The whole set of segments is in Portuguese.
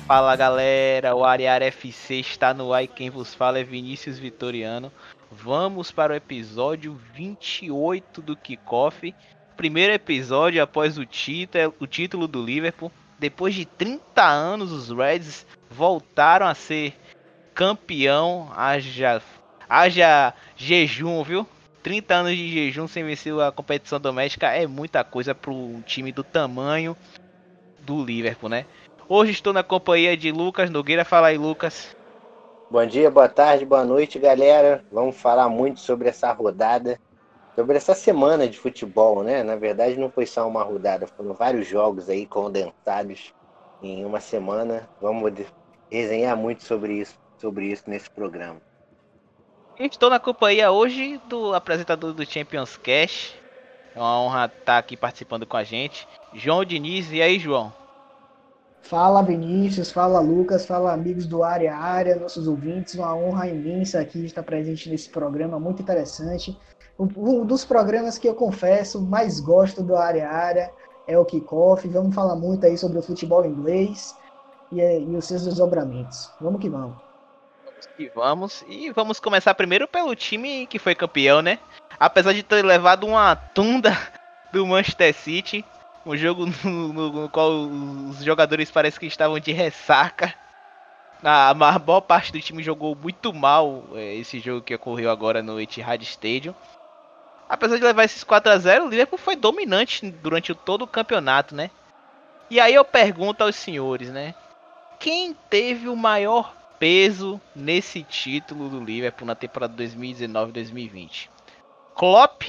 Fala galera, o Ariara FC está no ar e quem vos fala é Vinícius Vitoriano. Vamos para o episódio 28 do Kickoff. Primeiro episódio após o título do Liverpool. Depois de 30 anos, os Reds voltaram a ser campeão. Haja jejum, viu? 30 anos de jejum sem vencer a competição doméstica é muita coisa para um time do tamanho do Liverpool, né? Hoje estou na companhia de Lucas Nogueira. Fala aí, Lucas. Bom dia, boa tarde, boa noite, galera. Vamos falar muito sobre essa rodada, sobre essa semana de futebol, né? Na verdade, não foi só uma rodada, foram vários jogos aí condensados em uma semana. Vamos resenhar muito sobre isso nesse programa. Estou na companhia hoje do apresentador do Champions Cash. É uma honra estar aqui participando com a gente, João Diniz. E aí, João? Fala Vinícius, fala Lucas, fala amigos do Área Área, nossos ouvintes, uma honra imensa aqui estar presente nesse programa muito interessante. Um dos programas que eu confesso mais gosto do Área Área é o Kickoff. Vamos falar muito aí sobre o futebol inglês e os seus desdobramentos. Vamos que vamos. E vamos começar primeiro pelo time que foi campeão, né? Apesar de ter levado uma tunda do Manchester City, um jogo no qual os jogadores parecem que estavam de ressaca. A maior parte do time jogou muito mal esse jogo que ocorreu agora no Etihad Stadium. Apesar de levar esses 4-0, o Liverpool foi dominante durante todo o campeonato, né? E aí eu pergunto aos senhores, né? Quem teve o maior peso nesse título do Liverpool na temporada 2019-2020? Klopp,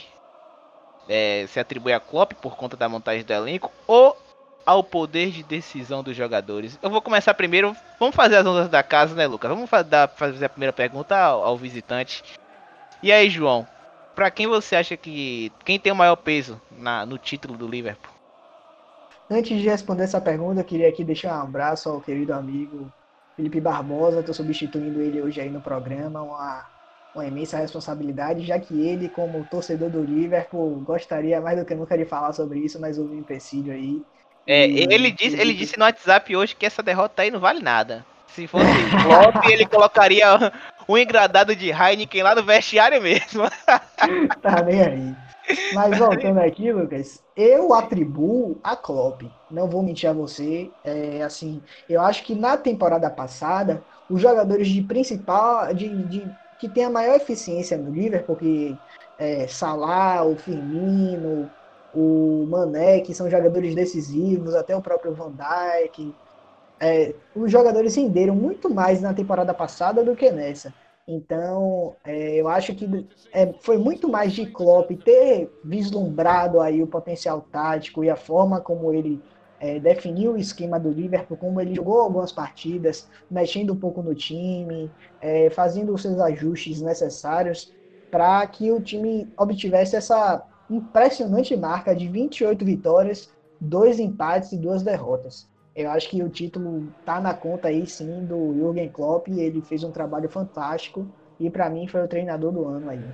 se atribui a Klopp por conta da montagem do elenco ou ao poder de decisão dos jogadores? Eu vou começar primeiro. Vamos fazer as ondas da casa, né, Lucas? Vamos fazer a primeira pergunta ao visitante. E aí, João? Pra quem você acha que... Quem tem o maior peso no título do Liverpool? Antes de responder essa pergunta, eu queria aqui deixar um abraço ao querido amigo Felipe Barbosa. Estou substituindo ele hoje aí no programa, uma imensa responsabilidade, já que ele, como torcedor do Liverpool, gostaria mais do que nunca de falar sobre isso, mas houve um empecilho aí. Ele E ele Felipe disse no WhatsApp hoje que essa derrota aí não vale nada. Se fosse Klopp, ele colocaria um engradado de Heineken lá no vestiário mesmo. tá nem aí. Mas voltando aqui, Lucas, eu atribuo a Klopp. Não vou mentir a você. Assim, eu acho que na temporada passada, os jogadores de principal, que tem a maior eficiência no Liverpool, porque Salah, o Firmino, o Mané, que são jogadores decisivos, até o próprio Van Dijk, os jogadores renderam muito mais na temporada passada do que nessa. Então, eu acho que foi muito mais de Klopp ter vislumbrado aí o potencial tático e a forma como ele definiu o esquema do Liverpool, como ele jogou algumas partidas, mexendo um pouco no time, fazendo os seus ajustes necessários para que o time obtivesse essa impressionante marca de 28 vitórias, 2 empates e 2 derrotas. Eu acho que o título tá na conta aí sim do Jürgen Klopp. Ele fez um trabalho fantástico e para mim foi o treinador do ano aí.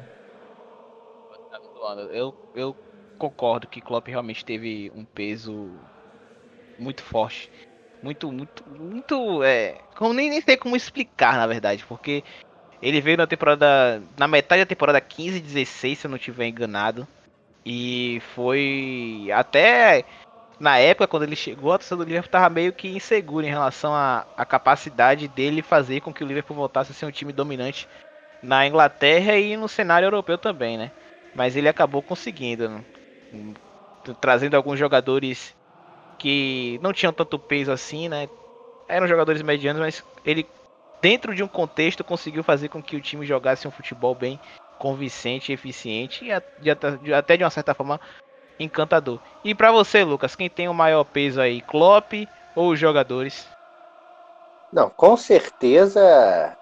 Eu concordo que Klopp realmente teve um peso muito forte. Muito. Como nem sei como explicar, na verdade, porque ele veio na metade da temporada 15-16, se eu não estiver enganado. E foi até na época, quando ele chegou, a torcida do Liverpool estava meio que insegura em relação à capacidade dele fazer com que o Liverpool voltasse a ser um time dominante na Inglaterra e no cenário europeu também, né? Mas ele acabou conseguindo, né? Trazendo alguns jogadores que não tinham tanto peso assim, né? Eram jogadores medianos, mas ele, dentro de um contexto, conseguiu fazer com que o time jogasse um futebol bem convincente, eficiente e até de uma certa forma encantador. E pra você, Lucas, quem tem o maior peso aí, Klopp ou os jogadores? Não, com certeza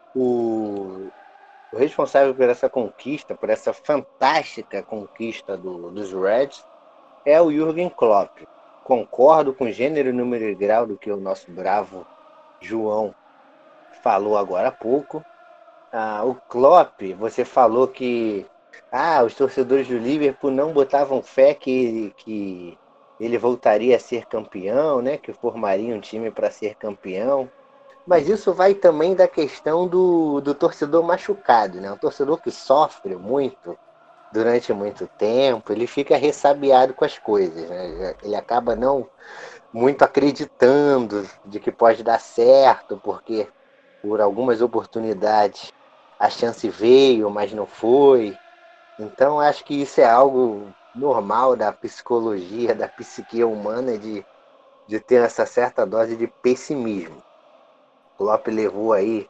o responsável por essa conquista, por essa fantástica conquista dos Reds, é o Jürgen Klopp. Concordo com o gênero, número e grau do que o nosso bravo João falou agora há pouco. O Klopp, você falou que os torcedores do Liverpool não botavam fé que ele voltaria a ser campeão, né? Que formaria um time para ser campeão. Mas isso vai também da questão do torcedor machucado, né? Um torcedor que sofre muito durante muito tempo, ele fica ressabiado com as coisas, né? Ele acaba não muito acreditando de que pode dar certo, porque por algumas oportunidades a chance veio, mas não foi. Então acho que isso é algo normal da psicologia, da psique humana de ter essa certa dose de pessimismo. O Klopp levou aí,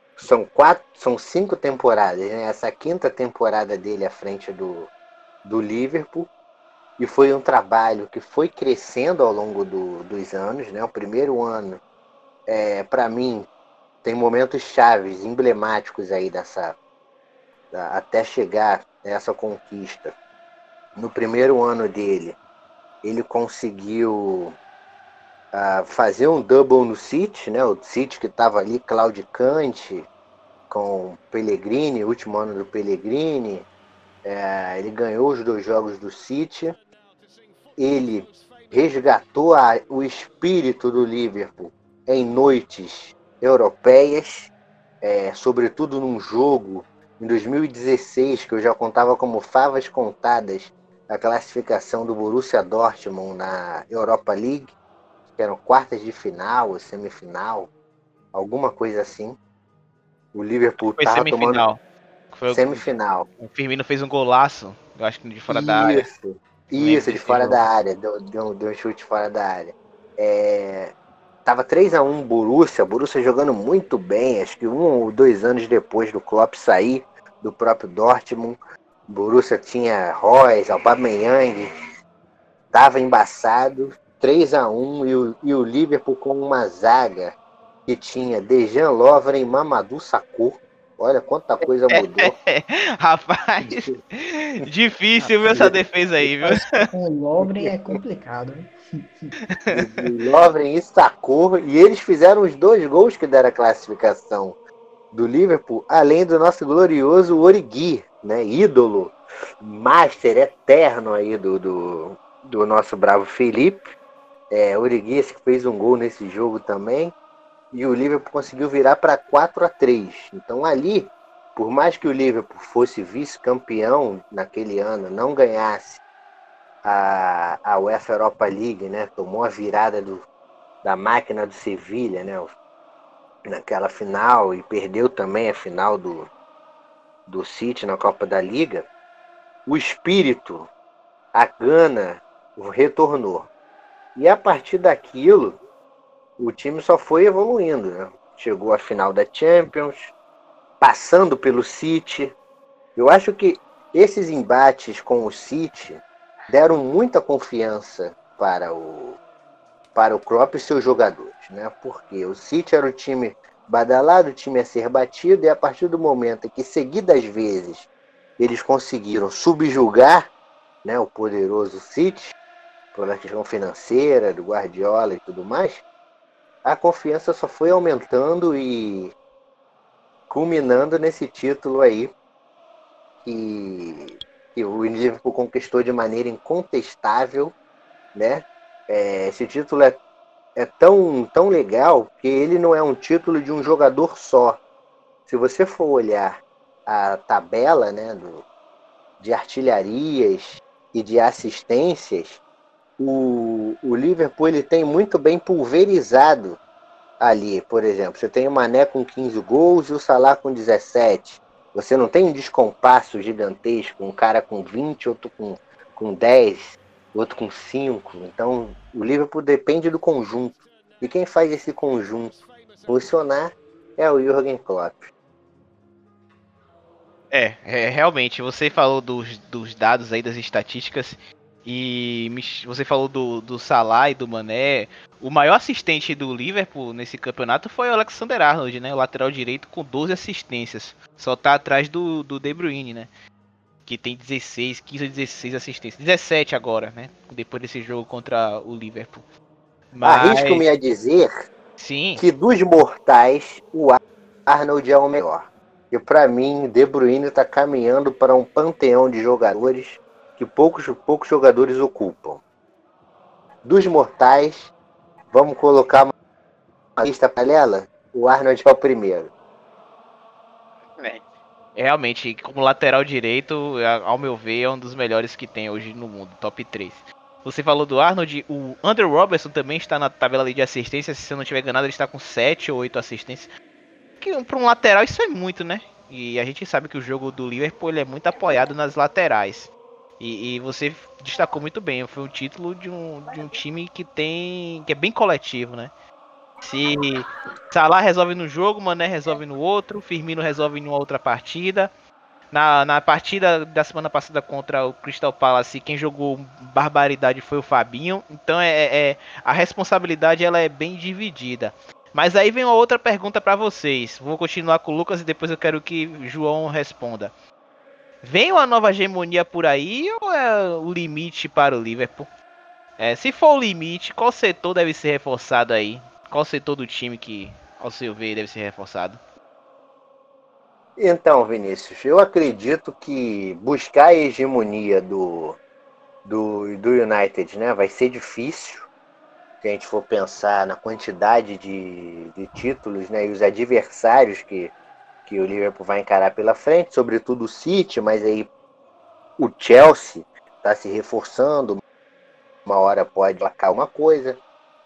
são 5 temporadas, né? Essa quinta temporada dele à frente do Liverpool, e foi um trabalho que foi crescendo ao longo dos anos, né? O primeiro ano, para mim, tem momentos chaves, emblemáticos aí até chegar nessa conquista. No primeiro ano dele, ele conseguiu fazer um double no City, né? O City que estava ali claudicante com Pellegrini, último ano do Pellegrini. Ele ganhou os 2 jogos do City. Ele resgatou o espírito do Liverpool em noites europeias, sobretudo num jogo em 2016, que eu já contava como favas contadas a classificação do Borussia Dortmund na Europa League, que eram quartas de final ou semifinal, alguma coisa assim. O Liverpool Foi estava tomando semifinal. Foi, semifinal. o Firmino fez um golaço, eu acho que de fora da área. Lembro Isso, de desse fora jogo. da área. Deu um chute fora da área. Tava 3-1 Borussia jogando muito bem. Acho que 1 ou 2 anos depois do Klopp sair do próprio Dortmund. Borussia tinha Royce, Aubameyang, tava embaçado. 3-1 e o Liverpool com uma zaga que tinha Dejan Lovren e Mamadou Sakho. Olha quanta coisa mudou. Rapaz, difícil ver essa defesa aí, viu? Mas com o Lovren é complicado, né? Lovren e Sakho, e eles fizeram os 2 gols que deram a classificação do Liverpool, além do nosso glorioso Origi, né? Ídolo, master eterno aí do nosso bravo Felipe. Origi que fez um gol nesse jogo também, e o Liverpool conseguiu virar para 4-3. Então ali, por mais que o Liverpool fosse vice-campeão naquele ano, não ganhasse a UEFA Europa League, né? Tomou a virada da máquina do Sevilha, né? Naquela final, e perdeu também a final do City na Copa da Liga. O espírito, a gana retornou. E a partir daquilo, o time só foi evoluindo, né? Chegou à final da Champions, passando pelo City. Eu acho que esses embates com o City deram muita confiança para o Klopp e seus jogadores, né? Porque o City era o time badalado, o time a ser batido, e a partir do momento que, seguidas vezes, eles conseguiram subjugar, né, o poderoso City, pela questão financeira, do Guardiola e tudo mais, a confiança só foi aumentando e culminando nesse título aí que o Liverpool conquistou de maneira incontestável, né? Esse título é tão legal que ele não é um título de um jogador só. Se você for olhar a tabela, né, de artilharias e de assistências, o Liverpool ele tem muito bem pulverizado ali. Por exemplo, você tem o Mané com 15 gols e o Salah com 17. Você não tem um descompasso gigantesco, um cara com 20, outro com 10, outro com 5. Então, o Liverpool depende do conjunto. E quem faz esse conjunto funcionar é o Jürgen Klopp. Realmente, você falou dos dados aí, das estatísticas, e você falou do Salah e do Mané. O maior assistente do Liverpool nesse campeonato foi o Alexander-Arnold, né? O lateral direito com 12 assistências. Só tá atrás do De Bruyne, né? Que tem 15 ou 16 assistências. 17 agora, né? Depois desse jogo contra o Liverpool. Arrisco-me a Mas, dizer sim, que dos mortais, o Arnold é o melhor. E para mim, De Bruyne está caminhando para um panteão de jogadores que poucos jogadores ocupam. dos mortais. Vamos colocar uma lista paralela? O Arnold é o primeiro. Realmente, como lateral direito, ao meu ver, é um dos melhores que tem hoje no mundo, top 3. Você falou do Arnold, o Andrew Robertson também está na tabela ali de assistência, se eu não estiver enganado, ele está com 7 ou 8 assistências. Que para um lateral isso é muito, né? E a gente sabe que o jogo do Liverpool ele é muito apoiado nas laterais. E você destacou muito bem, foi um título de um time que é bem coletivo, né? Se Salah resolve no jogo, Mané resolve no outro, Firmino resolve em uma outra partida. Na partida da semana passada contra o Crystal Palace, quem jogou barbaridade foi o Fabinho. Então a responsabilidade ela é bem dividida. Mas aí vem uma outra pergunta para vocês. Vou continuar com o Lucas e depois eu quero que João responda. Vem uma nova hegemonia por aí ou é o limite para o Liverpool? Se for o limite, qual setor deve ser reforçado aí? Qual setor do time que, ao seu ver, deve ser reforçado? Então, Vinícius, eu acredito que buscar a hegemonia do United, né, vai ser difícil. Se a gente for pensar na quantidade de títulos, né, e os adversários que o Liverpool vai encarar pela frente, sobretudo o City, mas aí o Chelsea está se reforçando, uma hora pode placar uma coisa.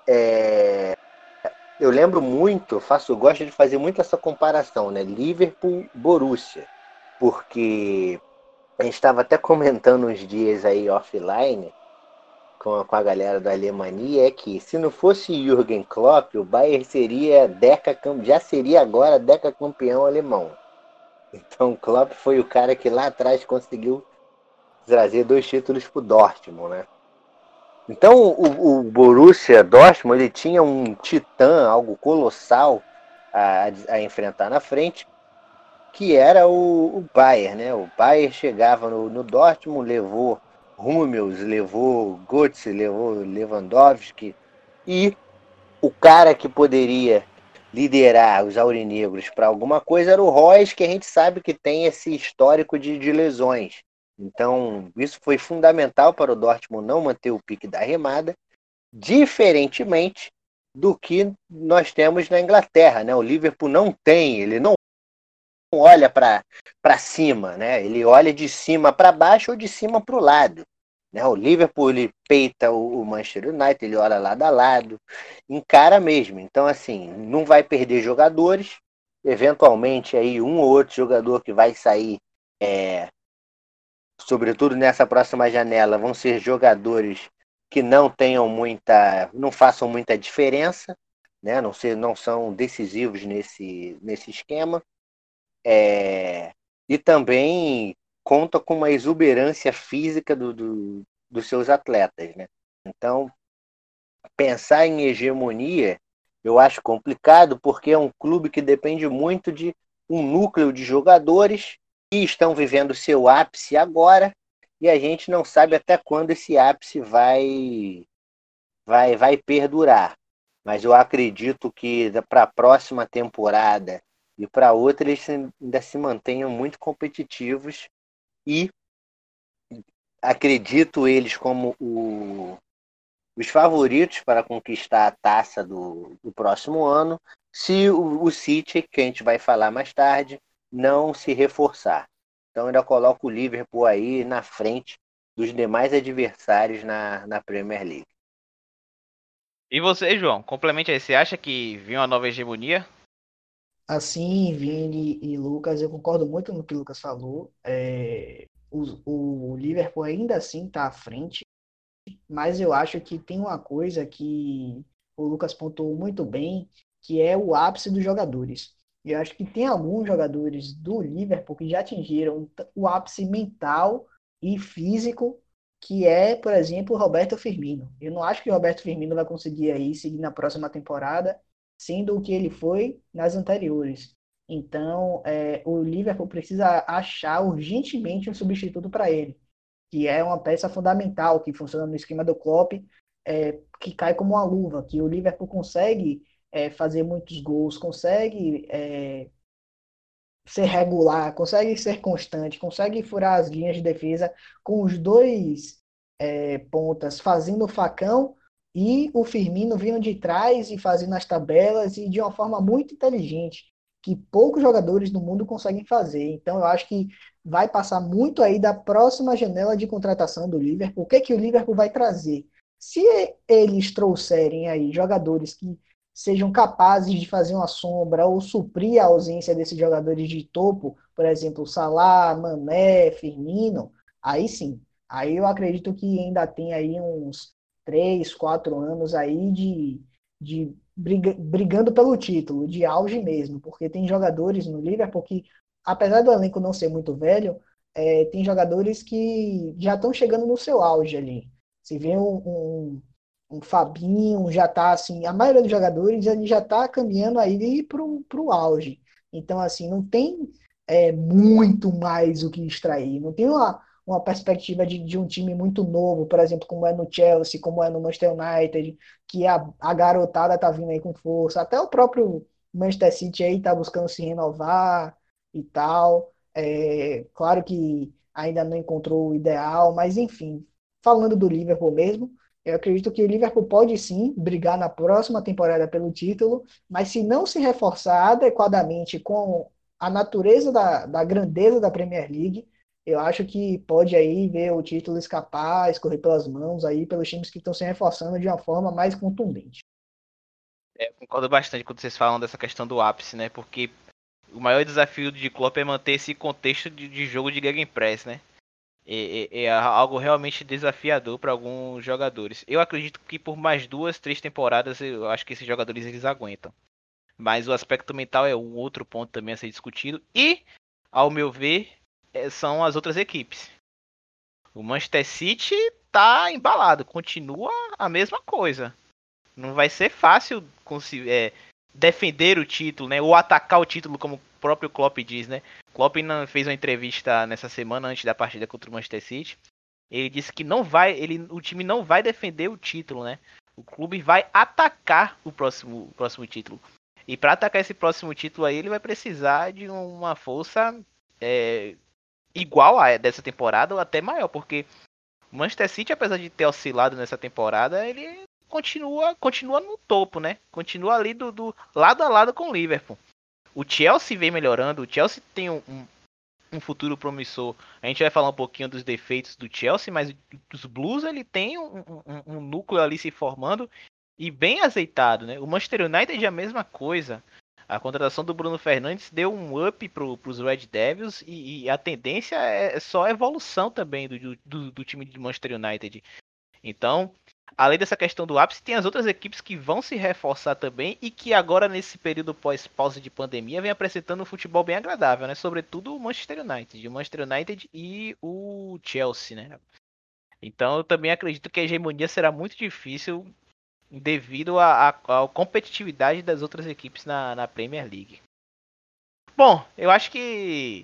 Eu lembro muito, gosto de fazer muito essa comparação, né? Liverpool-Borussia, porque a gente estava até comentando uns dias aí offline com a galera da Alemanha, é que se não fosse Jürgen Klopp, o Bayern já seria agora decacampeão alemão. Então Klopp foi o cara que lá atrás conseguiu trazer 2 títulos pro Dortmund, né? Então o Borussia Dortmund ele tinha um titã, algo colossal a enfrentar na frente, que era o Bayern, né? O Bayern chegava no Dortmund, levou Hummels, levou Götze, levou Lewandowski, e o cara que poderia liderar os aurinegros para alguma coisa era o Royce, que a gente sabe que tem esse histórico de lesões. Então, isso foi fundamental para o Dortmund não manter o pique da remada, diferentemente do que nós temos na Inglaterra, né? O Liverpool não tem, ele não olha para cima, né? Ele olha de cima para baixo ou de cima para o lado. Né? O Liverpool ele peita o Manchester United, ele olha lado a lado, encara mesmo. Então, assim, não vai perder jogadores. Eventualmente, aí um ou outro jogador que vai sair, sobretudo nessa próxima janela, vão ser jogadores que não façam muita diferença, né? Não são decisivos nesse esquema. E também conta com uma exuberância física dos seus atletas, né? Então, pensar em hegemonia eu acho complicado porque é um clube que depende muito de um núcleo de jogadores que estão vivendo seu ápice agora e a gente não sabe até quando esse ápice vai perdurar. Mas eu acredito que para a próxima temporada e para outra eles ainda se mantenham muito competitivos e acredito eles como os favoritos para conquistar a taça do próximo ano, se o City, que a gente vai falar mais tarde, não se reforçar. Então ainda coloco o Liverpool aí na frente dos demais adversários na Premier League. E você, João, complemente aí, você acha que viu uma nova hegemonia? Assim, Vini e Lucas, eu concordo muito no que o Lucas falou. O Liverpool ainda assim está à frente, mas eu acho que tem uma coisa que o Lucas pontuou muito bem, que é o ápice dos jogadores. E eu acho que tem alguns jogadores do Liverpool que já atingiram o ápice mental e físico, que é, por exemplo, o Roberto Firmino. Eu não acho que o Roberto Firmino vai conseguir aí seguir na próxima temporada, sendo o que ele foi nas anteriores. Então, o Liverpool precisa achar urgentemente um substituto para ele, que é uma peça fundamental, que funciona no esquema do Klopp, que cai como uma luva, que o Liverpool consegue fazer muitos gols, consegue ser regular, consegue ser constante, consegue furar as linhas de defesa com os dois pontas fazendo o facão e o Firmino vindo de trás e fazendo as tabelas e de uma forma muito inteligente, que poucos jogadores no mundo conseguem fazer. Então eu acho que vai passar muito aí da próxima janela de contratação do Liverpool. O que é que o Liverpool vai trazer? Se eles trouxerem aí jogadores que sejam capazes de fazer uma sombra ou suprir a ausência desses jogadores de topo, por exemplo, Salah, Mané, Firmino, aí sim. Aí eu acredito que ainda tem aí uns 3, 4 anos aí de brigando pelo título, de auge mesmo, porque tem jogadores no Liverpool que, apesar do elenco não ser muito velho, tem jogadores que já estão chegando no seu auge ali. Se vê um Fabinho, já tá assim, a maioria dos jogadores ele já tá caminhando aí pro auge. Então, assim, não tem muito mais o que extrair. Não tem uma perspectiva de um time muito novo, por exemplo, como é no Chelsea, como é no Manchester United, que a garotada tá vindo aí com força. Até o próprio Manchester City aí tá buscando se renovar e tal. Claro que ainda não encontrou o ideal, mas enfim, falando do Liverpool mesmo, eu acredito que o Liverpool pode sim brigar na próxima temporada pelo título, mas se não se reforçar adequadamente com a natureza da grandeza da Premier League, eu acho que pode aí ver o título escapar, escorrer pelas mãos aí pelos times que estão se reforçando de uma forma mais contundente. Eu concordo bastante quando vocês falam dessa questão do ápice, né? Porque o maior desafio de Klopp é manter esse contexto de jogo de Gegenpress, né? É algo realmente desafiador para alguns jogadores. Eu acredito que por mais 2, 3 temporadas eu acho que esses jogadores eles aguentam. Mas o aspecto mental é um outro ponto também a ser discutido. E, ao meu ver, são as outras equipes. O Manchester City tá embalado, continua a mesma coisa. Não vai ser fácil defender o título, né? Ou atacar o título, como o próprio Klopp diz, né? Klopp fez uma entrevista nessa semana antes da partida contra o Manchester City. Ele disse que o time não vai defender o título, né? O clube vai atacar o próximo título. E para atacar esse próximo título aí, ele vai precisar de uma força igual a dessa temporada ou até maior, porque o Manchester City, apesar de ter oscilado nessa temporada, ele continua no topo, né? Continua ali do lado a lado com o Liverpool. O Chelsea vem melhorando, o Chelsea tem um futuro promissor. A gente vai falar um pouquinho dos defeitos do Chelsea, mas os Blues ele tem um núcleo ali se formando e bem azeitado, né? O Manchester United é a mesma coisa. A contratação do Bruno Fernandes deu um up para os Red Devils e a tendência é só evolução também do time de Manchester United. Então, além dessa questão do ápice, tem as outras equipes que vão se reforçar também e que agora, nesse período pós-pausa de pandemia, vem apresentando um futebol bem agradável, né? Sobretudo o Manchester United e o Chelsea, né? Então, eu também acredito que a hegemonia será muito difícil devido à competitividade das outras equipes na Premier League. Bom, eu acho que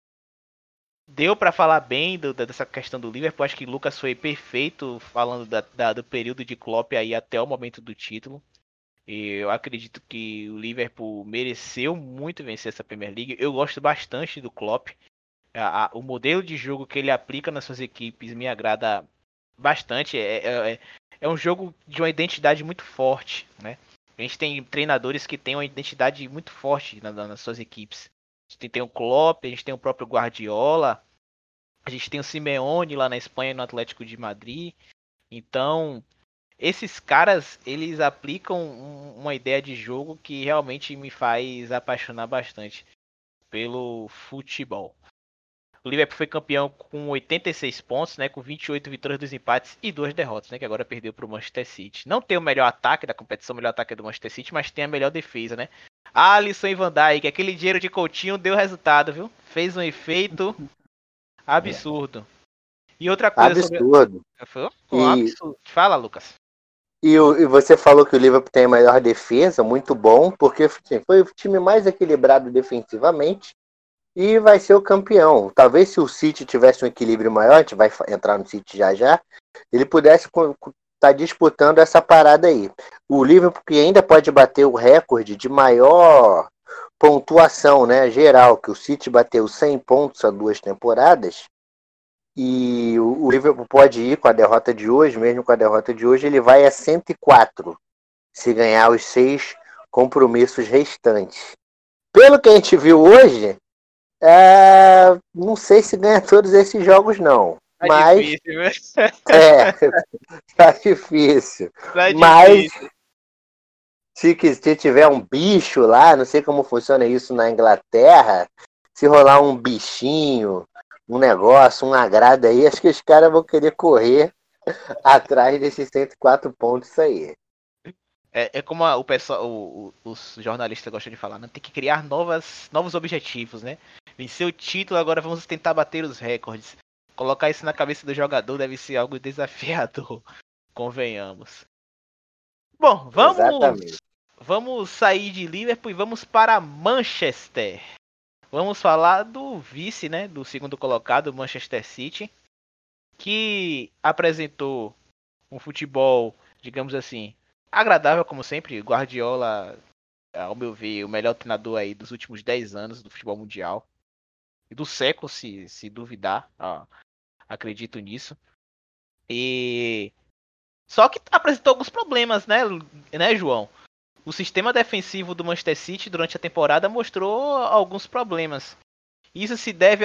deu para falar bem dessa questão do Liverpool. Acho que o Lucas foi perfeito falando do período de Klopp aí até o momento do título. E eu acredito que o Liverpool mereceu muito vencer essa Premier League. Eu gosto bastante do Klopp. O modelo de jogo que ele aplica nas suas equipes me agrada bastante. É um jogo de uma identidade muito forte, né? A gente tem treinadores que têm uma identidade muito forte nas suas equipes. A gente tem o Klopp, a gente tem o próprio Guardiola, a gente tem o Simeone lá na Espanha, no Atlético de Madrid. Então, esses caras, eles aplicam uma ideia de jogo que realmente me faz apaixonar bastante pelo futebol. O Liverpool foi campeão com 86 pontos, né, com 28 vitórias, 2 empates e 2 derrotas, né, que agora perdeu para o Manchester City. Não tem o melhor ataque da competição, o melhor ataque é do Manchester City, mas tem a melhor defesa, né? Alisson e Van Dijk, aquele dinheiro de Coutinho deu resultado, viu? Fez um efeito absurdo. E outra coisa absurdo. Foi um absurdo. Fala, Lucas. E você falou que o Liverpool tem a melhor defesa, muito bom, porque assim, foi o time mais equilibrado defensivamente e vai ser o campeão. Talvez se o City tivesse um equilíbrio maior, a gente vai entrar no City já, ele pudesse estar disputando essa parada aí. O Liverpool que ainda pode bater o recorde de maior pontuação, né, geral, que o City bateu 100 pontos há 2 temporadas, E o Liverpool pode ir com a derrota de hoje, mesmo com a derrota de hoje, ele vai a 104 se ganhar os 6 compromissos restantes. Pelo que a gente viu hoje, não sei se ganha todos esses jogos, não. Tá mas difícil, né? tá difícil. Tá Mas difícil. se tiver um bicho lá, não sei como funciona isso na Inglaterra, se rolar um bichinho, um negócio, um agrado aí, acho que os caras vão querer correr atrás desses 104 pontos aí. É como o pessoal, os jornalistas gostam de falar, né? Tem que criar novos objetivos, né? Vencer o título, agora vamos tentar bater os recordes. Colocar isso na cabeça do jogador deve ser algo desafiador, convenhamos. Bom, Exatamente. vamos sair de Liverpool e vamos para Manchester. Vamos falar do vice, né? Do segundo colocado, Manchester City, que apresentou um futebol, digamos assim, agradável como sempre. Guardiola, ao meu ver, o melhor treinador aí dos últimos 10 anos do futebol mundial. E do século, se duvidar. Acredito nisso. E só que apresentou alguns problemas, né, João? O sistema defensivo do Manchester City durante a temporada mostrou alguns problemas. Isso se deve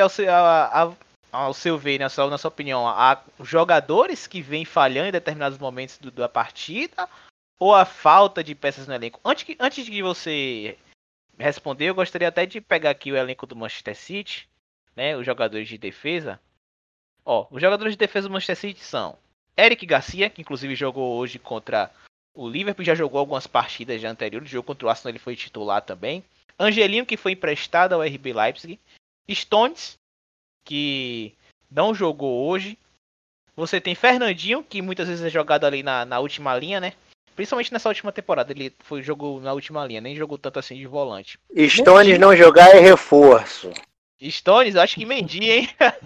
ao seu ver, na sua opinião, a jogadores que vêm falhando em determinados momentos da partida ou a falta de peças no elenco? Antes de você responder, eu gostaria até de pegar aqui o elenco do Manchester City, né, os jogadores de defesa. Os jogadores de defesa do Manchester City são Eric Garcia, que inclusive jogou hoje contra o Liverpool, já jogou algumas partidas já anteriores, o jogo contra o Arsenal ele foi titular também. Angelinho, que foi emprestado ao RB Leipzig. Stones, que não jogou hoje. Você tem Fernandinho, que muitas vezes é jogado ali na última linha, né? Principalmente nessa última temporada, ele jogou na última linha, nem jogou tanto assim de volante. Stones não jogar é reforço. Stones, acho que Mendy, hein?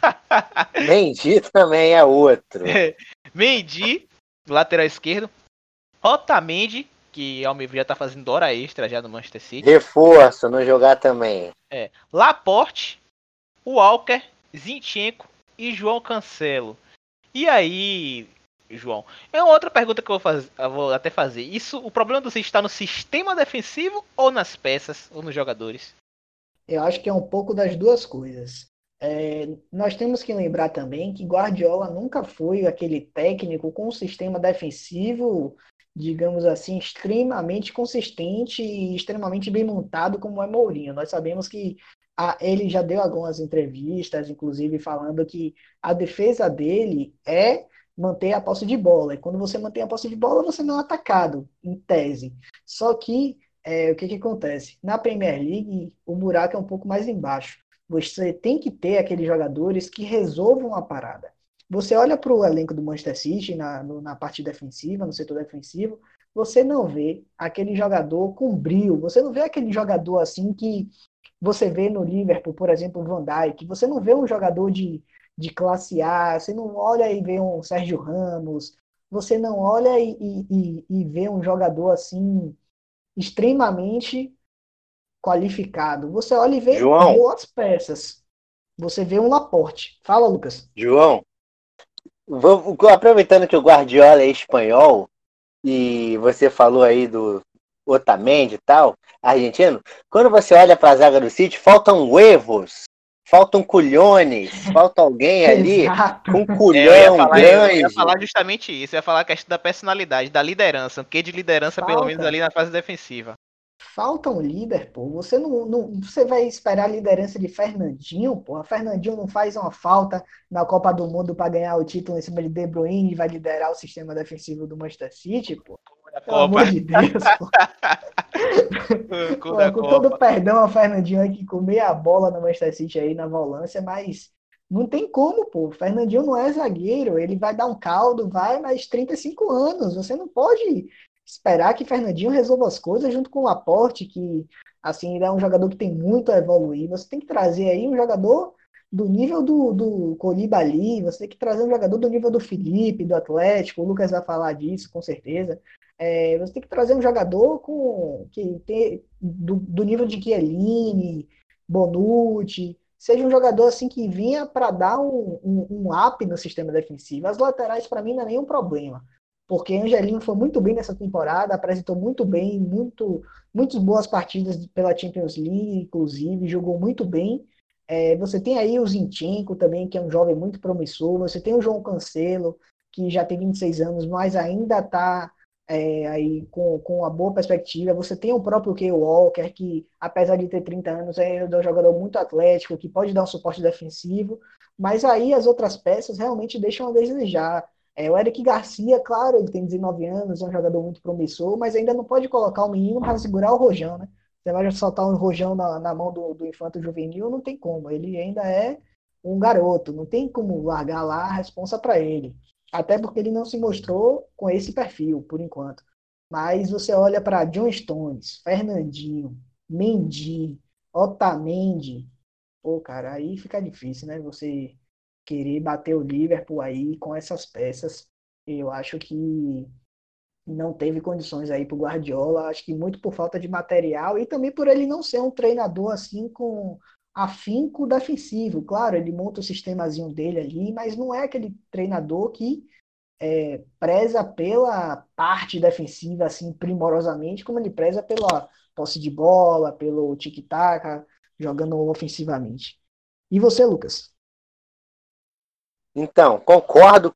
Mendy também é outro. Mendy, lateral esquerdo. Otamendi, que ao meu ver já tá fazendo hora extra já no Manchester City. Reforço, não jogar também. Laporte, Walker, Zinchenko e João Cancelo. E aí, João, é outra pergunta que eu vou até fazer. O problema do City está no sistema defensivo ou nas peças ou nos jogadores? Eu acho que é um pouco das duas coisas. Nós temos que lembrar também que Guardiola nunca foi aquele técnico com um sistema defensivo, digamos assim, extremamente consistente e extremamente bem montado como é Mourinho. Nós sabemos que ele já deu algumas entrevistas, inclusive falando que a defesa dele é manter a posse de bola. E quando você mantém a posse de bola, você não é atacado, em tese. Só que o que acontece? Na Premier League, o buraco é um pouco mais embaixo. Você tem que ter aqueles jogadores que resolvam a parada. Você olha para o elenco do Manchester City na parte defensiva, no setor defensivo, você não vê aquele jogador com brio, você não vê aquele jogador assim que você vê no Liverpool, por exemplo, o Van Dijk, você não vê um jogador de classe A, você não olha e vê um Sérgio Ramos, você não olha e vê um jogador assim extremamente qualificado. Você olha e vê João, boas peças. Você vê um Laporte. Fala, Lucas. João, aproveitando que o Guardiola é espanhol e você falou aí do Otamendi e tal, argentino, quando você olha para a zaga do City, faltam huevos, faltam culhones, falta alguém ali Exato. com culhão grande. Eu ia falar justamente isso. Eu ia falar a questão da personalidade, da liderança. Um quê de liderança, pelo menos, ali na fase defensiva. Falta um líder, pô. Você você vai esperar a liderança de Fernandinho, pô. Fernandinho não faz uma falta na Copa do Mundo para ganhar o título em cima de De Bruyne e vai liderar o sistema defensivo do Manchester City, pô. Pelo amor de Deus, pô. Pô, com todo perdão a Fernandinho aqui com meia bola no Manchester City aí na volância, mas não tem como, pô. Fernandinho não é zagueiro, ele vai dar um caldo, vai, mas 35 anos. Você não pode esperar que Fernandinho resolva as coisas junto com o Laporte, que assim, ele é um jogador que tem muito a evoluir. Você tem que trazer aí um jogador do nível do Koulibaly, você tem que trazer um jogador do nível do Felipe, do Atlético, o Lucas vai falar disso, com certeza. Você tem que trazer um jogador do nível de Chiellini, Bonucci, seja um jogador assim que vinha para dar um up no sistema defensivo. As laterais, para mim, não é nenhum problema. Porque Angelino foi muito bem nessa temporada, apresentou muito bem, muitas boas partidas pela Champions League, inclusive, jogou muito bem. Você tem aí o Zinchenko também, que é um jovem muito promissor. Você tem o João Cancelo, que já tem 26 anos, mas ainda está aí com uma boa perspectiva. Você tem o próprio Kyle Walker, que apesar de ter 30 anos, é um jogador muito atlético, que pode dar um suporte defensivo, mas aí as outras peças realmente deixam a desejar. O Eric Garcia, claro, ele tem 19 anos, é um jogador muito promissor, mas ainda não pode colocar o menino para segurar o rojão, né? Você vai soltar um rojão na mão do infanto juvenil, não tem como. Ele ainda é um garoto, não tem como largar lá a responsa para ele. Até porque ele não se mostrou com esse perfil, por enquanto. Mas você olha para John Stones, Fernandinho, Mendy, Otamendi. Pô, cara, aí fica difícil, né? Você querer bater o Liverpool aí com essas peças. Eu acho que não teve condições aí para o Guardiola, acho que muito por falta de material e também por ele não ser um treinador assim com afinco defensivo. Claro, ele monta o sistemazinho dele ali, mas não é aquele treinador que preza pela parte defensiva assim primorosamente, como ele preza pela posse de bola, pelo tic-tac, jogando ofensivamente. E você, Lucas? Então, concordo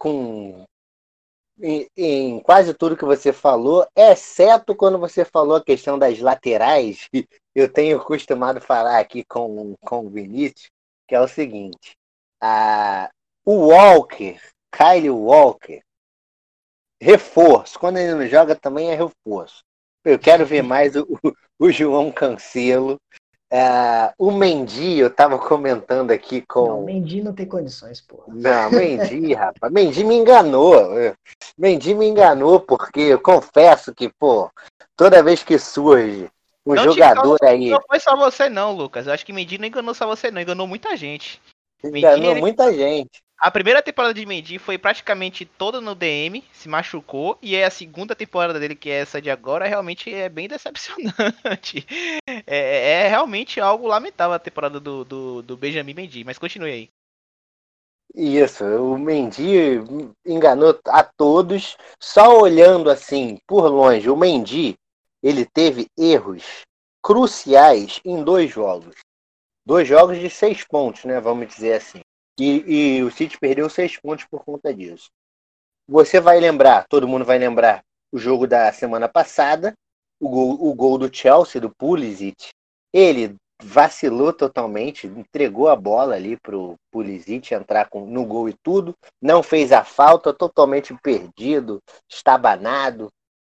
em quase tudo que você falou, exceto quando você falou a questão das laterais. Eu tenho costumado falar aqui com o Vinícius, que é o seguinte: o Walker, Kyle Walker, reforço. Quando ele não joga, também é reforço. Eu quero ver mais o João Cancelo. O Mendy, eu estava comentando aqui Não, com. Mendy não tem condições, porra. Não, Mendy, rapaz. Mendy me enganou. Mendy me enganou, porque eu confesso que, pô, toda vez que surge um jogador aí. Não foi só você não, Lucas. Eu acho que Mendy não enganou só você não, enganou muita gente. Mendy, Enganou muita gente. a primeira temporada de Mendy foi praticamente toda no DM, se machucou, e a segunda temporada dele, que é essa de agora, realmente é bem decepcionante. É realmente algo lamentável a temporada do Benjamin Mendy, mas continue aí. Isso, o Mendy enganou a todos, só olhando assim, por longe. O Mendy, ele teve erros cruciais em 2 jogos. 2 jogos de 6 pontos, né? Vamos dizer assim. E o City perdeu 6 pontos por conta disso. Você vai lembrar, todo mundo vai lembrar, o jogo da semana passada, o gol do Chelsea, do Pulisic. Ele vacilou totalmente, entregou a bola ali pro Pulisic entrar no gol e tudo. Não fez a falta, totalmente perdido, estabanado.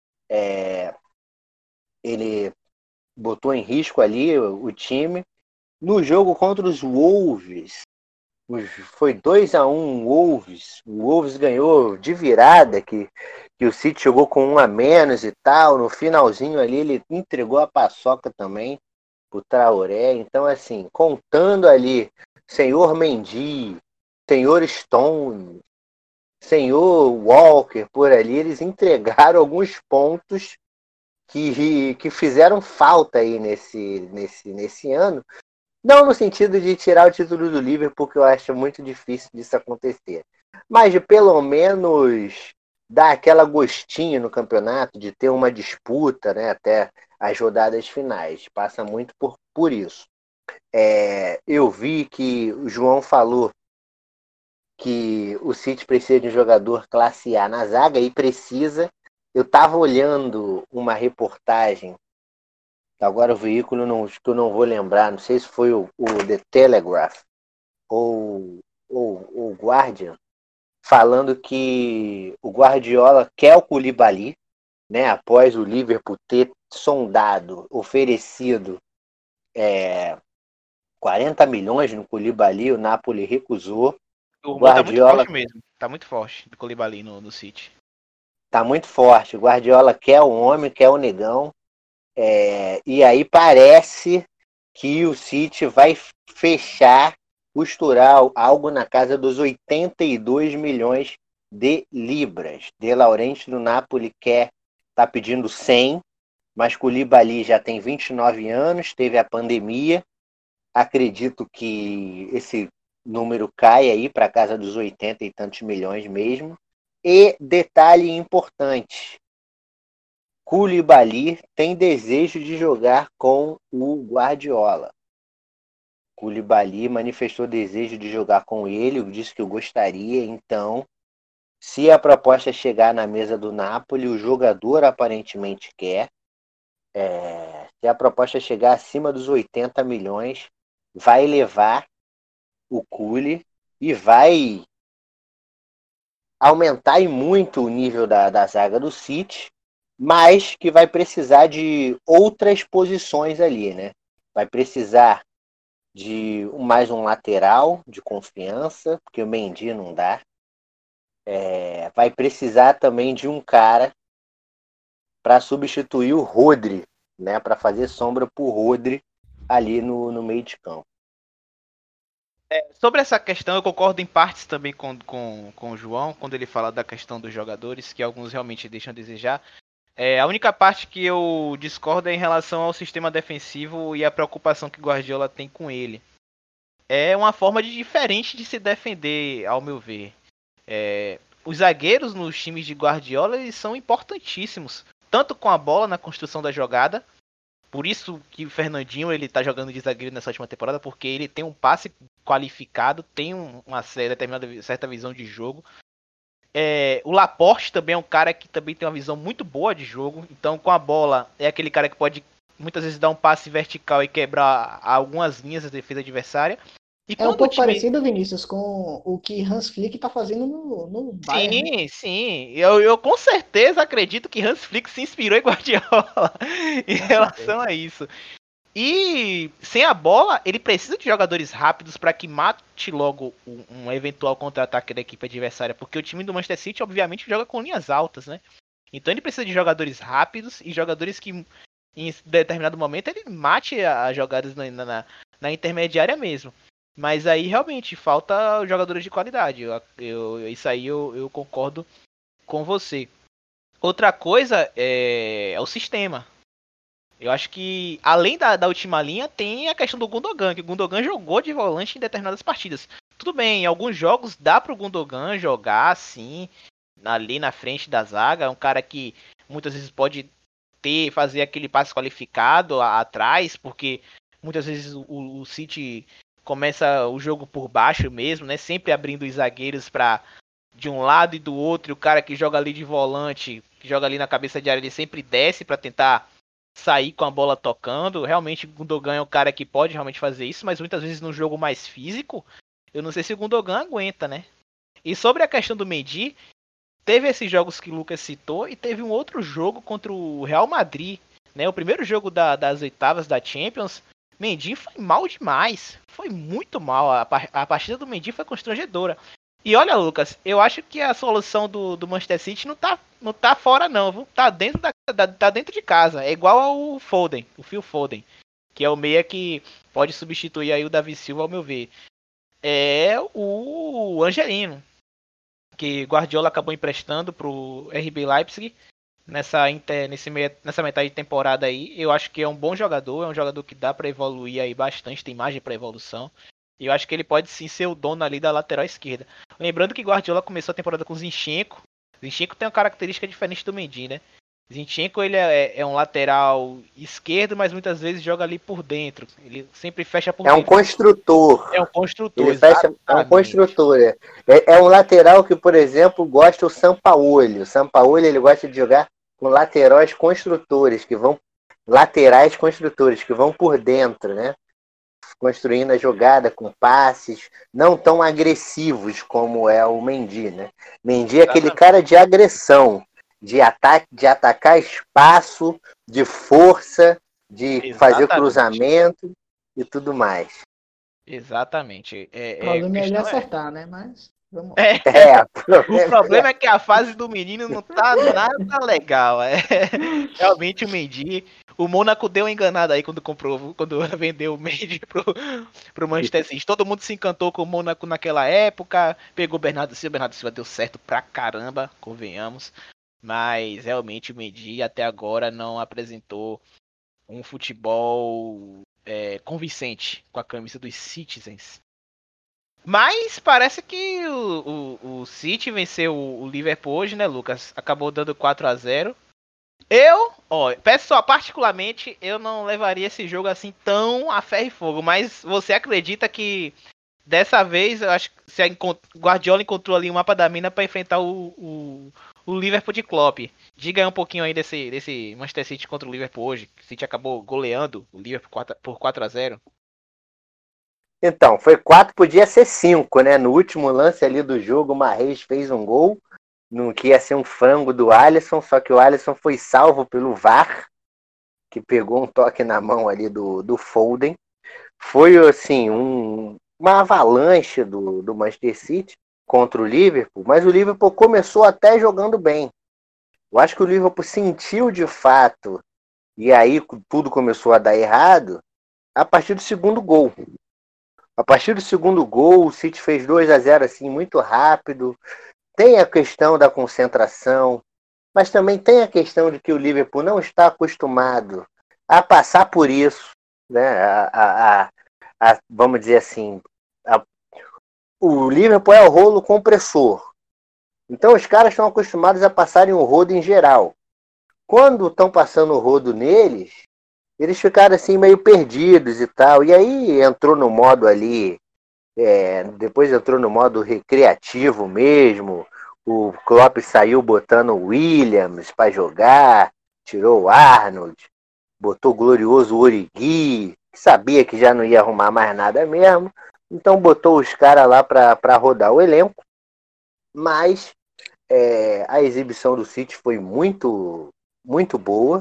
Ele botou em risco ali o time. No jogo contra os Wolves, foi 2-1 Wolves. O Wolves ganhou de virada, que o City jogou com 1 a menos e tal. No finalzinho ali, ele entregou a paçoca também pro Traoré. Então, assim, contando ali, senhor Mendy, senhor Stone, senhor Walker, por ali, eles entregaram alguns pontos que fizeram falta aí nesse ano. Não no sentido de tirar o título do Liverpool, porque eu acho muito difícil disso acontecer. Mas de pelo menos dar aquela gostinho no campeonato, de ter uma disputa, né, até as rodadas finais. Passa muito por isso. Eu vi que o João falou que o City precisa de um jogador classe A na zaga, e precisa. Eu estava olhando uma reportagem. Agora o veículo que eu não vou lembrar, não sei se foi o The Telegraph ou o Guardian, falando que o Guardiola quer o Koulibaly, né, após o Liverpool ter sondado, oferecido 40 milhões no Koulibaly, o Napoli recusou. O O rumor tá muito Guardiola forte mesmo. Tá muito forte do Koulibaly no City. tá muito forte. O Guardiola quer o homem, quer o negão. E aí parece que o City vai fechar, costurar algo na casa dos 82 milhões de libras. De Laurentiis do Napoli tá pedindo 100, mas Koulibaly já tem 29 anos, teve a pandemia, Acredito que esse número cai aí para casa dos 80 e tantos milhões mesmo. E detalhe importante, Koulibaly tem desejo de jogar com o Guardiola. Koulibaly manifestou desejo de jogar com ele, disse que eu gostaria, então, se a proposta chegar na mesa do Napoli, o jogador aparentemente quer. Se a proposta chegar acima dos 80 milhões, vai levar o Koulibaly e vai aumentar e muito o nível da zaga do City, mas que vai precisar de outras posições ali, né? Vai precisar de mais um lateral de confiança, porque o Mendy não dá. Vai precisar também de um cara para substituir o Rodri, né? Para fazer sombra para o Rodri ali no meio de campo. Sobre essa questão, eu concordo em partes também com o João, quando ele fala da questão dos jogadores, que alguns realmente deixam a desejar. A única parte que eu discordo é em relação ao sistema defensivo e a preocupação que o Guardiola tem com ele. É uma forma diferente de se defender, ao meu ver. Os zagueiros nos times de Guardiola eles são importantíssimos, tanto com a bola na construção da jogada. Por isso que o Fernandinho ele tá jogando de zagueiro nessa última temporada, porque ele tem um passe qualificado, tem uma certa visão de jogo. O Laporte também é um cara que também tem uma visão muito boa de jogo. Então, com a bola, é aquele cara que pode muitas vezes dar um passe vertical e quebrar algumas linhas da defesa adversária. E É um quando o pouco time... parecido, Vinícius, com o que Hans Flick tá fazendo no Bayern, né? Sim, sim. Eu com certeza acredito que Hans Flick se inspirou em Guardiola em Com relação certeza. a isso. E sem a bola, ele precisa de jogadores rápidos para que mate logo um eventual contra-ataque da equipe adversária, porque o time do Manchester City obviamente joga com linhas altas, né? Então ele precisa de jogadores rápidos e jogadores que em determinado momento ele mate as jogadas na intermediária mesmo. Mas aí realmente falta jogadores de qualidade. Isso aí eu concordo com você. Outra coisa é o sistema. Eu acho que, além da última linha, tem a questão do Gundogan, que o Gundogan jogou de volante em determinadas partidas. Tudo bem, em alguns jogos dá pro Gundogan jogar assim, ali na frente da zaga. É um cara que muitas vezes pode fazer aquele passe qualificado atrás, porque muitas vezes o City começa o jogo por baixo mesmo, né? Sempre abrindo os zagueiros para de um lado e do outro. E o cara que joga ali de volante, que joga ali na cabeça de área, ele sempre desce para tentar sair com a bola tocando. Realmente o Gundogan é um cara que pode realmente fazer isso, mas muitas vezes no jogo mais físico, eu não sei se o Gundogan aguenta, né? E sobre a questão do Mendy, teve esses jogos que o Lucas citou e teve um outro jogo contra o Real Madrid, né? O primeiro jogo das oitavas da Champions. Mendy foi mal demais, foi muito mal. A partida do Mendy foi constrangedora. E olha, Lucas, eu acho que a solução do Manchester City não tá fora não, viu? Tá dentro tá dentro de casa. É igual ao Foden, o Phil Foden, que é o meia que pode substituir aí o Davi Silva, ao meu ver. É o Angelino, que Guardiola acabou emprestando pro RB Leipzig nessa metade de temporada aí. Eu acho que é um bom jogador, é um jogador que dá para evoluir aí bastante, tem margem para evolução. E eu acho que ele pode sim ser o dono ali da lateral esquerda. Lembrando que Guardiola começou a temporada com Zinchenko. Zinchenko tem uma característica diferente do Mendy, né? Zinchenko ele é um lateral esquerdo, mas muitas vezes joga ali por dentro. Ele sempre fecha por É um dentro. É um construtor. construtor, Ele fecha, é um exatamente. construtor. É um lateral que, por exemplo, gosta o Sampaoli. O Sampaoli ele gosta de jogar com laterais construtores, laterais construtores, que vão por dentro, né? Construindo a jogada com passes, não tão agressivos como é o Mendy, né? Mendy é aquele cara de agressão, de ataque, de atacar espaço, de força, de fazer Exatamente. cruzamento e tudo mais. Exatamente. O A problema é ele questão é. acertar, né? Mas vamos lá. É, É, o problema é que a fase do menino não tá nada legal. Realmente o Mendy. O Mônaco deu uma enganada aí quando vendeu o Mendy pro Manchester City. Todo mundo se encantou com o Mônaco naquela época. Pegou o Bernardo Silva deu certo pra caramba, convenhamos. Mas realmente o Mendy até agora não apresentou um futebol convincente com a camisa dos Citizens. Mas parece que o City venceu o Liverpool hoje, né, Lucas? Acabou dando 4-0. Pessoal, particularmente, eu não levaria esse jogo assim tão a ferro e fogo. Mas você acredita que dessa vez, eu acho que se a Guardiola encontrou ali o mapa da mina para enfrentar o Liverpool de Klopp. Diga aí um pouquinho aí desse Manchester City contra o Liverpool hoje. O City acabou goleando o Liverpool por 4-0. Então, foi 4, podia ser 5, né? No último lance ali do jogo, o Mahrez fez um gol, no que ia ser um frango do Alisson, só que o Alisson foi salvo pelo VAR, que pegou um toque na mão ali do Foden. Foi, assim, uma avalanche do Manchester City contra o Liverpool, mas o Liverpool começou até jogando bem. Eu acho que o Liverpool sentiu de fato, e aí tudo começou a dar errado, a partir do segundo gol. A partir do segundo gol, o City fez 2-0 assim, muito rápido. Tem a questão da concentração, mas também tem a questão de que o Liverpool não está acostumado a passar por isso, né? Vamos dizer assim, o Liverpool é o rolo compressor. Então os caras estão acostumados a passarem o rodo em geral. Quando estão passando o rodo neles, eles ficaram assim meio perdidos e tal. E aí entrou no modo ali, depois entrou no modo recreativo mesmo. O Klopp saiu botando o Williams para jogar, tirou o Arnold, botou o glorioso Origi, que sabia que já não ia arrumar mais nada mesmo. Então botou os caras lá para rodar o elenco. Mas a exibição do City foi muito, muito boa.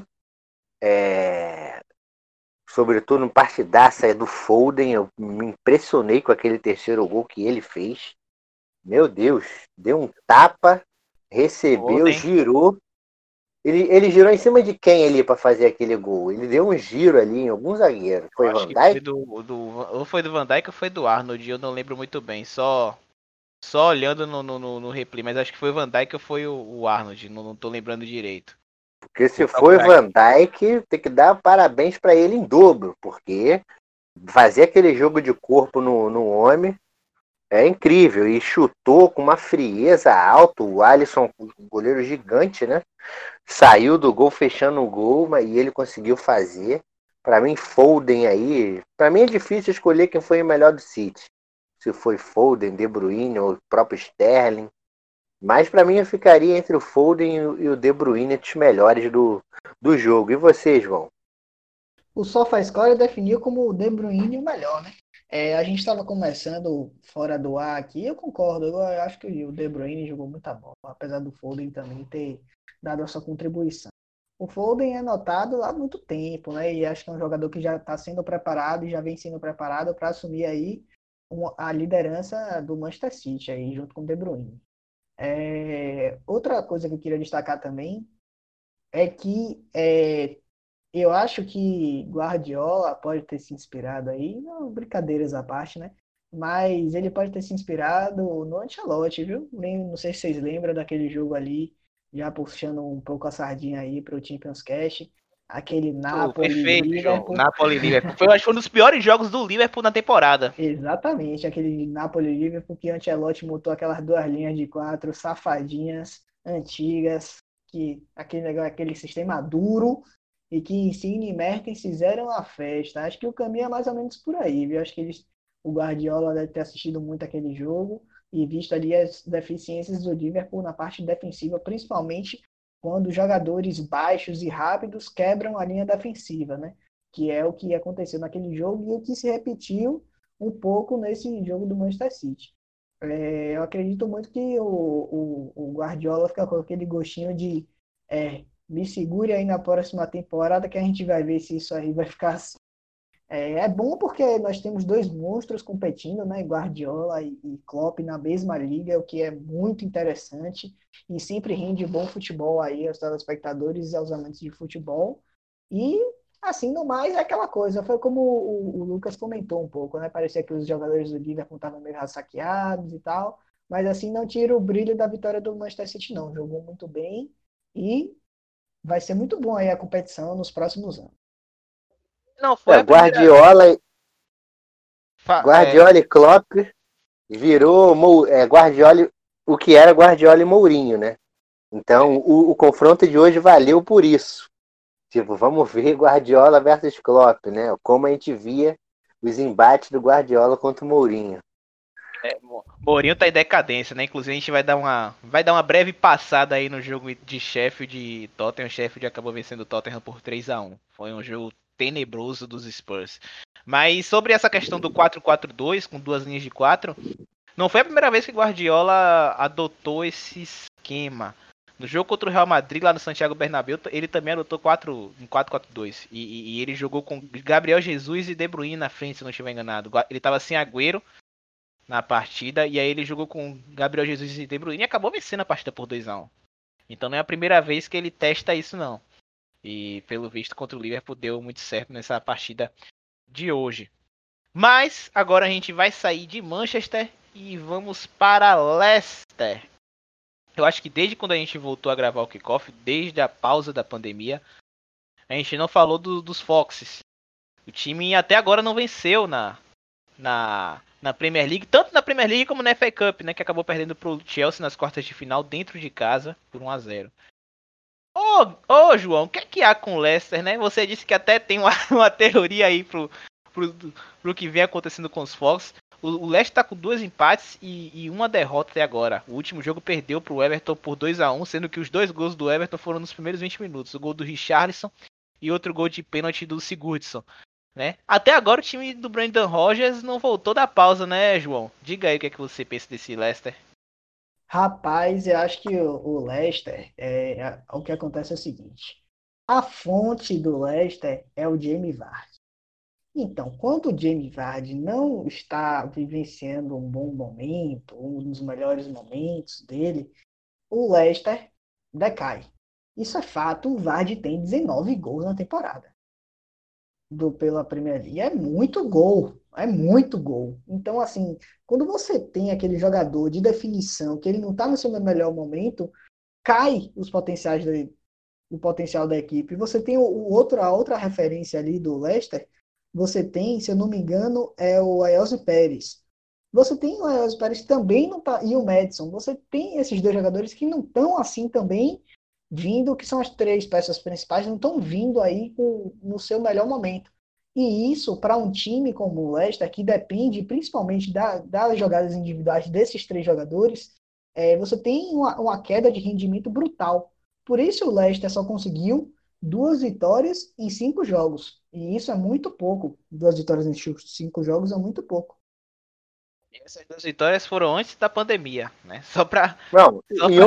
Sobretudo no partidaça do Foden, eu me impressionei com aquele terceiro gol que ele fez. Meu Deus, deu um tapa, recebeu, Foden. girou. Ele girou em cima de quem ali para fazer aquele gol? Ele deu um giro ali em algum zagueiro. Eu Foi acho Van que foi Dijk? ou foi do Van Dijk ou foi do Arnold, eu não lembro muito bem. Só olhando no replay, mas acho que foi o Van Dijk ou foi o Arnold, não tô lembrando direito. Porque Vou se foi procurar Van aqui. Dijk, tem que dar parabéns para ele em dobro, porque fazer aquele jogo de corpo no homem é incrível. E chutou com uma frieza alto. O Alisson, um goleiro gigante, né? Saiu do gol fechando o gol, e ele conseguiu fazer. Para mim, Foden aí. Para mim é difícil escolher quem foi o melhor do City. Se foi Foden, De Bruyne ou o próprio Sterling. Mas para mim eu ficaria entre o Foden e o De Bruyne entre os melhores do jogo. E vocês, João? O SofaScore definiu como o De Bruyne o melhor, né? A gente estava conversando fora do ar aqui, eu concordo, eu acho que o De Bruyne jogou muita bola, apesar do Foden também ter dado a sua contribuição. O Foden é notado há muito tempo, né? E acho que é um jogador que já está sendo preparado e já vem sendo preparado para assumir aí a liderança do Manchester City aí, junto com o De Bruyne. Outra coisa que eu queria destacar também é que eu acho que Guardiola pode ter se inspirado aí, não, brincadeiras à parte, né? Mas ele pode ter se inspirado no Ancelotti, viu? Não sei se vocês lembram daquele jogo ali, já puxando um pouco a sardinha aí para o Champions Cash, aquele Napoli Perfeito, João. Liverpool. Napoli e Liverpool. Acho que foi um dos piores jogos do Liverpool na temporada. Exatamente, aquele Napoli Liverpool que Ancelotti montou aquelas duas linhas de quatro safadinhas, antigas, que aquele sistema duro e que Insigne e Mertens fizeram a festa. Acho que o caminho é mais ou menos por aí, viu? Acho que o Guardiola deve ter assistido muito aquele jogo e visto ali as deficiências do Liverpool na parte defensiva, principalmente quando jogadores baixos e rápidos quebram a linha defensiva, né? Que é o que aconteceu naquele jogo e o que se repetiu um pouco nesse jogo do Manchester City. Eu acredito muito que o Guardiola fica com aquele gostinho de me segure aí na próxima temporada que a gente vai ver se isso aí vai ficar assim. É bom porque nós temos dois monstros competindo, né? Guardiola e Klopp na mesma liga, o que é muito interessante e sempre rende bom futebol aí aos telespectadores e aos amantes de futebol. E assim, no mais, é aquela coisa. Foi como o Lucas comentou um pouco, né? Parecia que os jogadores do Liverpool estavam meio ressaqueados e tal, mas assim não tira o brilho da vitória do Manchester City, não. Jogou muito bem e vai ser muito bom aí a competição nos próximos anos. Não foi a primeira. Guardiola e Klopp virou Guardiola, o que era Guardiola e Mourinho, né? Então, o confronto de hoje valeu por isso. Tipo, vamos ver Guardiola versus Klopp, né? Como a gente via os embates do Guardiola contra o Mourinho. Mourinho tá em decadência, né? Inclusive a gente vai dar uma breve passada aí no jogo de Sheffield e Tottenham. O Sheffield acabou vencendo o Tottenham por 3-1. Foi um jogo tenebroso dos Spurs. Mas sobre essa questão do 4-4-2 com duas linhas de 4, não foi a primeira vez que Guardiola adotou esse esquema. No jogo contra o Real Madrid, lá no Santiago Bernabéu, ele também adotou 4-4-2. E ele jogou com Gabriel Jesus e De Bruyne na frente, se não estiver enganado. Ele tava sem Agüero na partida, e aí ele jogou com Gabriel Jesus e De Bruyne e acabou vencendo a partida por 2-1. Então não é a primeira vez que ele testa isso, não. E pelo visto contra o Liverpool deu muito certo nessa partida de hoje. Mas agora a gente vai sair de Manchester e vamos para Leicester. Eu acho que desde quando a gente voltou a gravar o kickoff, desde a pausa da pandemia, a gente não falou dos Foxes. O time até agora não venceu na Premier League, tanto na Premier League como na FA Cup, né, que acabou perdendo pro Chelsea nas quartas de final dentro de casa por 1-0. Ô João, o que é que há com o Leicester, né? Você disse que até tem uma teoria aí pro que vem acontecendo com os Fox. O Leicester tá com 2 empates e uma derrota até agora. O último jogo perdeu pro Everton por 2-1, sendo que os 2 gols do Everton foram nos primeiros 20 minutos. O gol do Richarlison e outro gol de pênalti do Sigurdsson, né? Até agora o time do Brendan Rodgers não voltou da pausa, né, João? Diga aí o que é que você pensa desse Leicester. Rapaz, eu acho que o Leicester, o que acontece é o seguinte. A fonte do Leicester é o Jamie Vardy. Então, quando o Jamie Vardy não está vivenciando um bom momento, um dos melhores momentos dele, o Leicester decai. Isso é fato, o Vardy tem 19 gols na temporada pela Premier League. É muito gol, é muito gol. Então, assim, quando você tem aquele jogador de definição que ele não está no seu melhor momento, cai o potencial da equipe. Você tem a outra referência ali do Leicester, você tem, se eu não me engano, é o Ayoze Pérez. Você tem o Ayoze Pérez que também não tá, e o Maddison. Você tem esses dois jogadores que não estão assim também vindo, que são as 3 peças principais, não estão vindo aí no seu melhor momento. E isso, para um time como o Leicester, que depende principalmente das jogadas individuais desses 3 jogadores, você tem uma queda de rendimento brutal. Por isso o Leicester só conseguiu 2 vitórias em 5 jogos. E isso é muito pouco. 2 vitórias em 5 jogos é muito pouco. E essas 2 vitórias foram antes da pandemia, né? Só pra. Não, Só e pra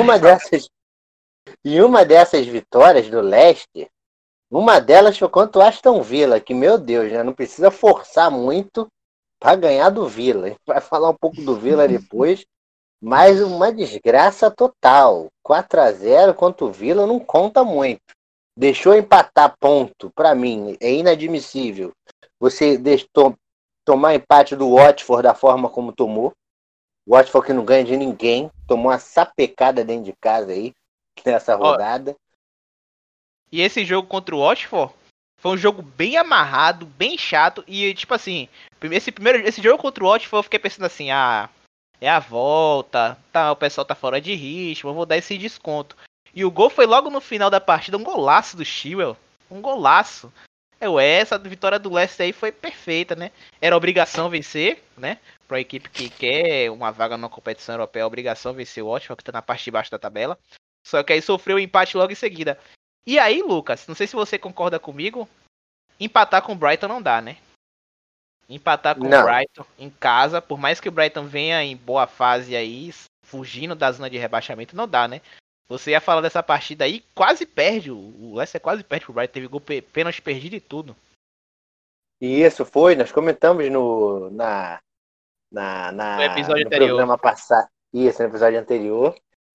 uma dessas vitórias do Leicester, uma delas foi contra o Aston Villa, que, meu Deus, né, não precisa forçar muito para ganhar do Villa. A gente vai falar um pouco do Villa depois, mas uma desgraça total. 4-0 contra o Villa não conta muito. Deixou empatar ponto, para mim, é inadmissível. Você tomar empate do Watford da forma como tomou. O Watford que não ganha de ninguém, tomou uma sapecada dentro de casa aí, nessa rodada. E esse jogo contra o Watford foi um jogo bem amarrado, bem chato. E tipo assim, esse jogo contra o Watford eu fiquei pensando assim, é a volta, tá, o pessoal tá fora de ritmo, eu vou dar esse desconto. E o gol foi logo no final da partida, um golaço do Chilwell, um golaço. Essa vitória do Leicester aí foi perfeita, né? Era obrigação vencer, né? Pra equipe que quer uma vaga na competição europeia, é obrigação vencer o Watford, que tá na parte de baixo da tabela. Só que aí sofreu o empate logo em seguida. E aí, Lucas, não sei se você concorda comigo, empatar com o Brighton não dá, né? Empatar com o Não. Brighton em casa, por mais que o Brighton venha em boa fase aí, fugindo da zona de rebaixamento, não dá, né? Você ia falar dessa partida aí, quase perde, o Leicester quase perde pro Brighton, teve gol pênalti perdido e tudo. E isso foi, nós comentamos no episódio anterior. programa passado, isso, no episódio anterior.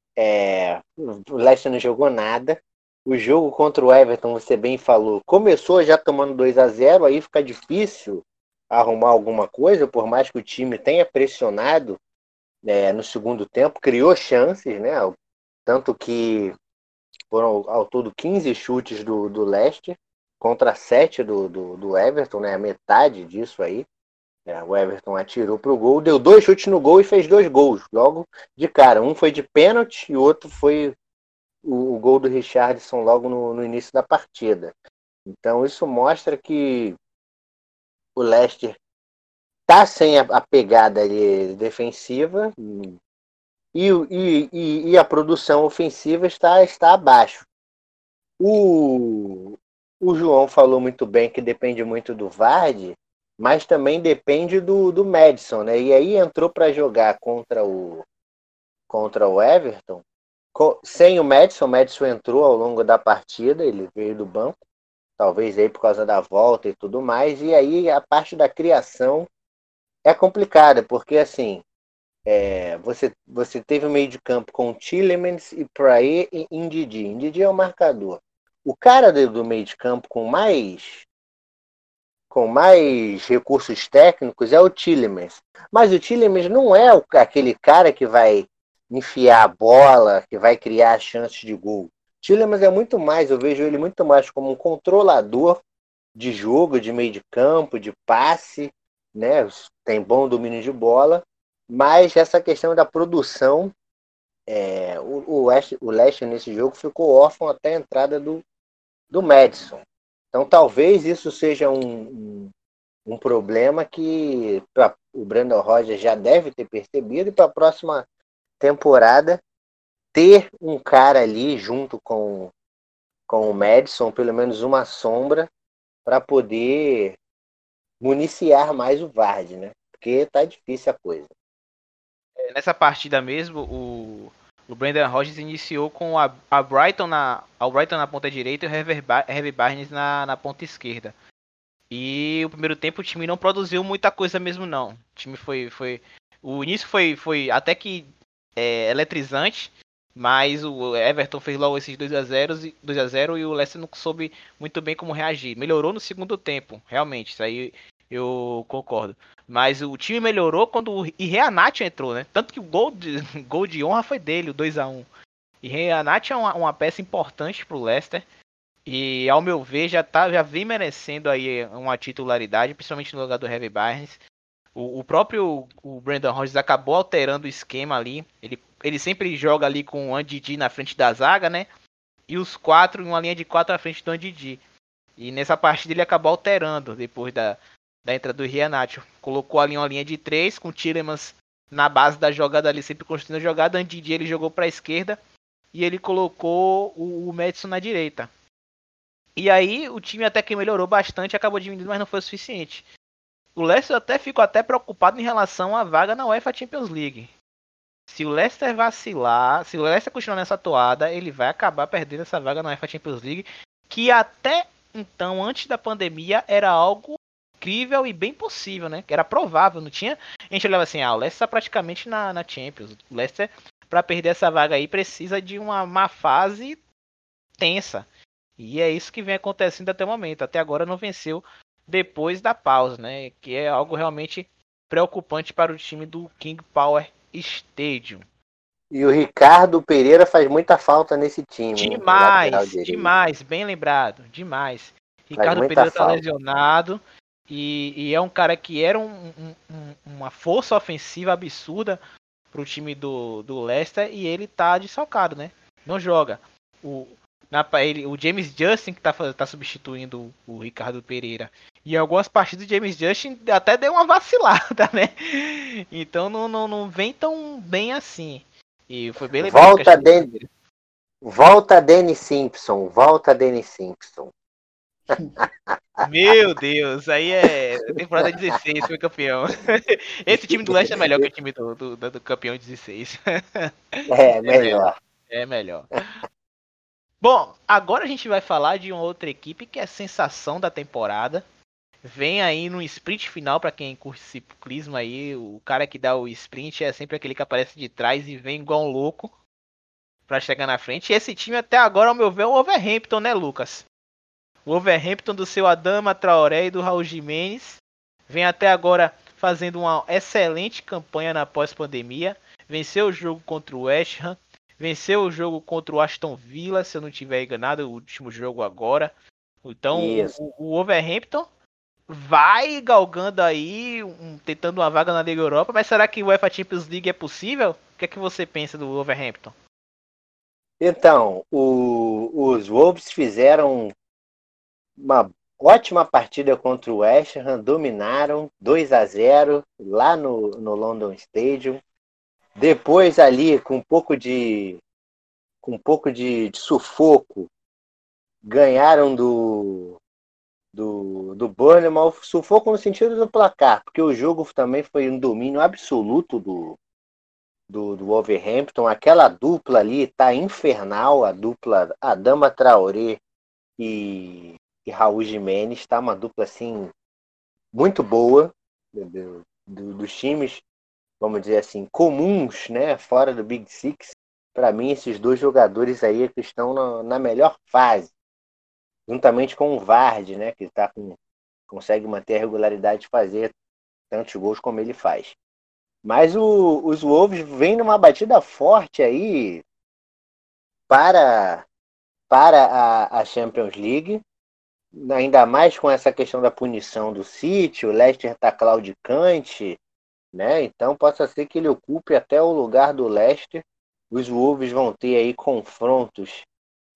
O Leicester não jogou nada. O jogo contra o Everton, você bem falou, começou já tomando 2-0, aí fica difícil arrumar alguma coisa, por mais que o time tenha pressionado no segundo tempo, criou chances, né? Tanto que foram ao todo 15 chutes do Leicester contra 7 do Everton, né? A metade disso aí. O Everton atirou pro gol, deu 2 chutes no gol e fez 2 gols logo de cara. Um foi de pênalti e o outro foi o gol do Richarlison logo no início da partida. Então isso mostra que o Leicester tá sem a pegada ali defensiva e a produção ofensiva está abaixo. O João falou muito bem que depende muito do Vardy, mas também depende do Maddison, né? E aí entrou para jogar contra o Everton, sem o Maddison entrou ao longo da partida, ele veio do banco, talvez aí por causa da volta e tudo mais, e aí a parte da criação é complicada, porque assim, você teve o meio de campo com Tielemans e Praet e Ndidi. Ndidi é o marcador. O cara do meio de campo com mais recursos técnicos é o Tielemans. Mas o Tielemans não é aquele cara que vai enfiar a bola, que vai criar chances de gol. O Tielemans é muito mais, eu vejo ele muito mais como um controlador de jogo, de meio de campo, de passe, né? Tem bom domínio de bola, mas essa questão da produção, o Leicester nesse jogo ficou órfão até a entrada do Maddison. Então talvez isso seja um problema que o Brendan Rodgers já deve ter percebido, e para a próxima temporada ter um cara ali junto com o Maddison, pelo menos uma sombra, para poder municiar mais o Vardy, né? Porque tá difícil a coisa. Nessa partida mesmo, o Brendan Rodgers iniciou com a Brighton na ponta direita e o Harvey Barnes na ponta esquerda. E o primeiro tempo o time não produziu muita coisa mesmo não. O time o início foi até que eletrizante, mas o Everton fez logo esses 2-0 e o Leicester não soube muito bem como reagir. Melhorou no segundo tempo, realmente, isso aí eu concordo. Mas o time melhorou quando o Iheanacho entrou, né? Tanto que o gol de honra foi dele, o 2-1. E Iheanacho é uma peça importante pro Leicester. E ao meu ver já vem merecendo aí uma titularidade, principalmente no lugar do Harvey Barnes. O próprio Brendan Rodgers acabou alterando o esquema ali. Ele sempre joga ali com o Ndidi na frente da zaga, né? E os 4 em uma linha de 4 à frente do Ndidi. E nessa partida ele acabou alterando depois da entrada do Iheanacho. Colocou ali uma linha de 3 com o Tielemans na base da jogada ali, sempre construindo a jogada. O Ndidi ele jogou para a esquerda e ele colocou o Maddison na direita. E aí o time até que melhorou bastante, acabou diminuindo, mas não foi o suficiente. O Leicester ficou até preocupado em relação à vaga na UEFA Champions League. Se o Leicester vacilar, se o Leicester continuar nessa toada, ele vai acabar perdendo essa vaga na UEFA Champions League, que até então, antes da pandemia, era algo incrível e bem possível, né? Que era provável, não tinha... A gente olhava assim, o Leicester está praticamente na Champions. O Leicester, para perder essa vaga aí, precisa de uma má fase tensa. E é isso que vem acontecendo até o momento. Até agora não venceu depois da pausa, né? Que é algo realmente preocupante para o time do King Power Stadium. E o Ricardo Pereira faz muita falta nesse time. Demais, bem lembrado, demais. Ricardo Pereira tá lesionado e é um cara que era uma força ofensiva absurda para o time do Leicester e ele tá desfalcado, né? Não joga. O James Justin que tá substituindo o Ricardo Pereira. E em algumas partidas o James Justin até deu uma vacilada, né? Então não vem tão bem assim. E foi bem legal. Volta Danny Simpson. Meu Deus, aí é temporada 16, foi campeão. Esse time do Leicester é melhor que o time do campeão 16. Melhor. É melhor. Bom, agora a gente vai falar de uma outra equipe que é a sensação da temporada. Vem aí no sprint final, para quem curte ciclismo aí, o cara que dá o sprint é sempre aquele que aparece de trás e vem igual um louco para chegar na frente. E esse time até agora, ao meu ver, é o Wolverhampton, né, Lucas? O Wolverhampton do seu Adama Traoré e do Raul Jimenez vem até agora fazendo uma excelente campanha na pós-pandemia. Venceu o jogo contra o West Ham, venceu o jogo contra o Aston Villa, se eu não estiver enganado, o último jogo agora. Então Isso. o Wolverhampton vai galgando aí, tentando uma vaga na Liga Europa, mas será que o UEFA Champions League é possível? O que é que você pensa do Wolverhampton? Então, os Wolves fizeram uma ótima partida contra o West Ham, dominaram 2-0 lá no London Stadium. Depois ali, com um pouco de sufoco, ganharam do Bournemouth. Sufoco no sentido do placar, porque o jogo também foi um domínio absoluto do Wolverhampton. Aquela dupla ali tá infernal, a dupla Adama Traoré e Raul Jimenez, tá uma dupla assim muito boa dos times, vamos dizer assim, comuns, né, fora do Big Six. Para mim, esses dois jogadores aí que estão na melhor fase, juntamente com o Vardy, né, que consegue manter a regularidade de fazer tantos gols como ele faz. Mas os Wolves vêm numa batida forte aí para, para a Champions League, ainda mais com essa questão da punição do City. O Leicester está claudicante, né? Então possa ser que ele ocupe até o lugar do Leicester. Os Wolves vão ter aí confrontos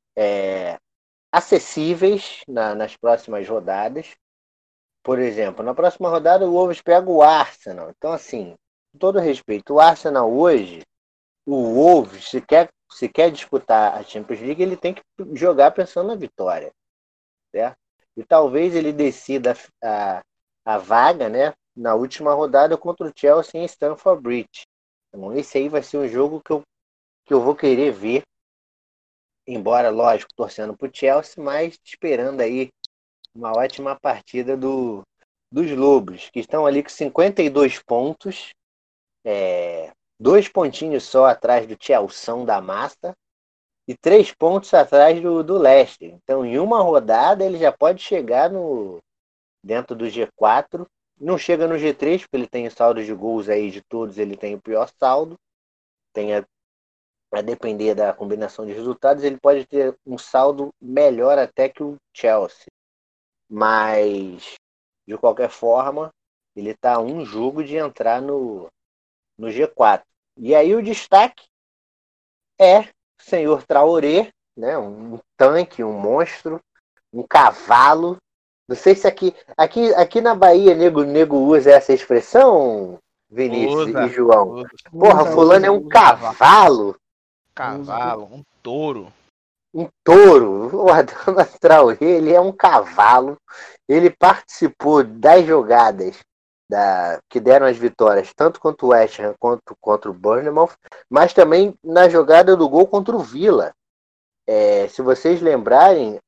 acessíveis nas próximas rodadas. Por exemplo, na próxima rodada o Wolves pega o Arsenal. Então, assim, com todo respeito, o Arsenal hoje, o Wolves, se quer disputar a Champions League, ele tem que jogar pensando na vitória, certo? E talvez ele decida a vaga, né, na última rodada contra o Chelsea em Stamford Bridge. Então, esse aí vai ser um jogo que eu vou querer ver, embora, lógico, torcendo para o Chelsea, mas esperando aí uma ótima partida dos Lobos, que estão ali com 52 pontos, 2 pontinhos só atrás do Chelsea da Massa e 3 pontos atrás do Leicester. Então, em uma rodada, ele já pode chegar dentro do G4. Não chega no G3, porque ele tem o saldo de gols aí de todos, ele tem o pior saldo. Tem a depender da combinação de resultados, ele pode ter um saldo melhor até que o Chelsea. Mas, de qualquer forma, ele está a um jogo de entrar no G4. E aí o destaque é o senhor Traoré, né? Um tanque, um monstro, um cavalo. Não sei se aqui na Bahia nego usa essa expressão, Vinícius e Usa, João. usa, Porra, Usa, fulano é usa, um usa cavalo. cavalo, usa. Cavalo, um touro. um touro. O Adama Traoré, ele é um cavalo. Ele participou das jogadas que deram as vitórias, tanto contra o West Ham quanto contra o Bournemouth, mas também na jogada do gol contra o Villa. Se vocês lembrarem,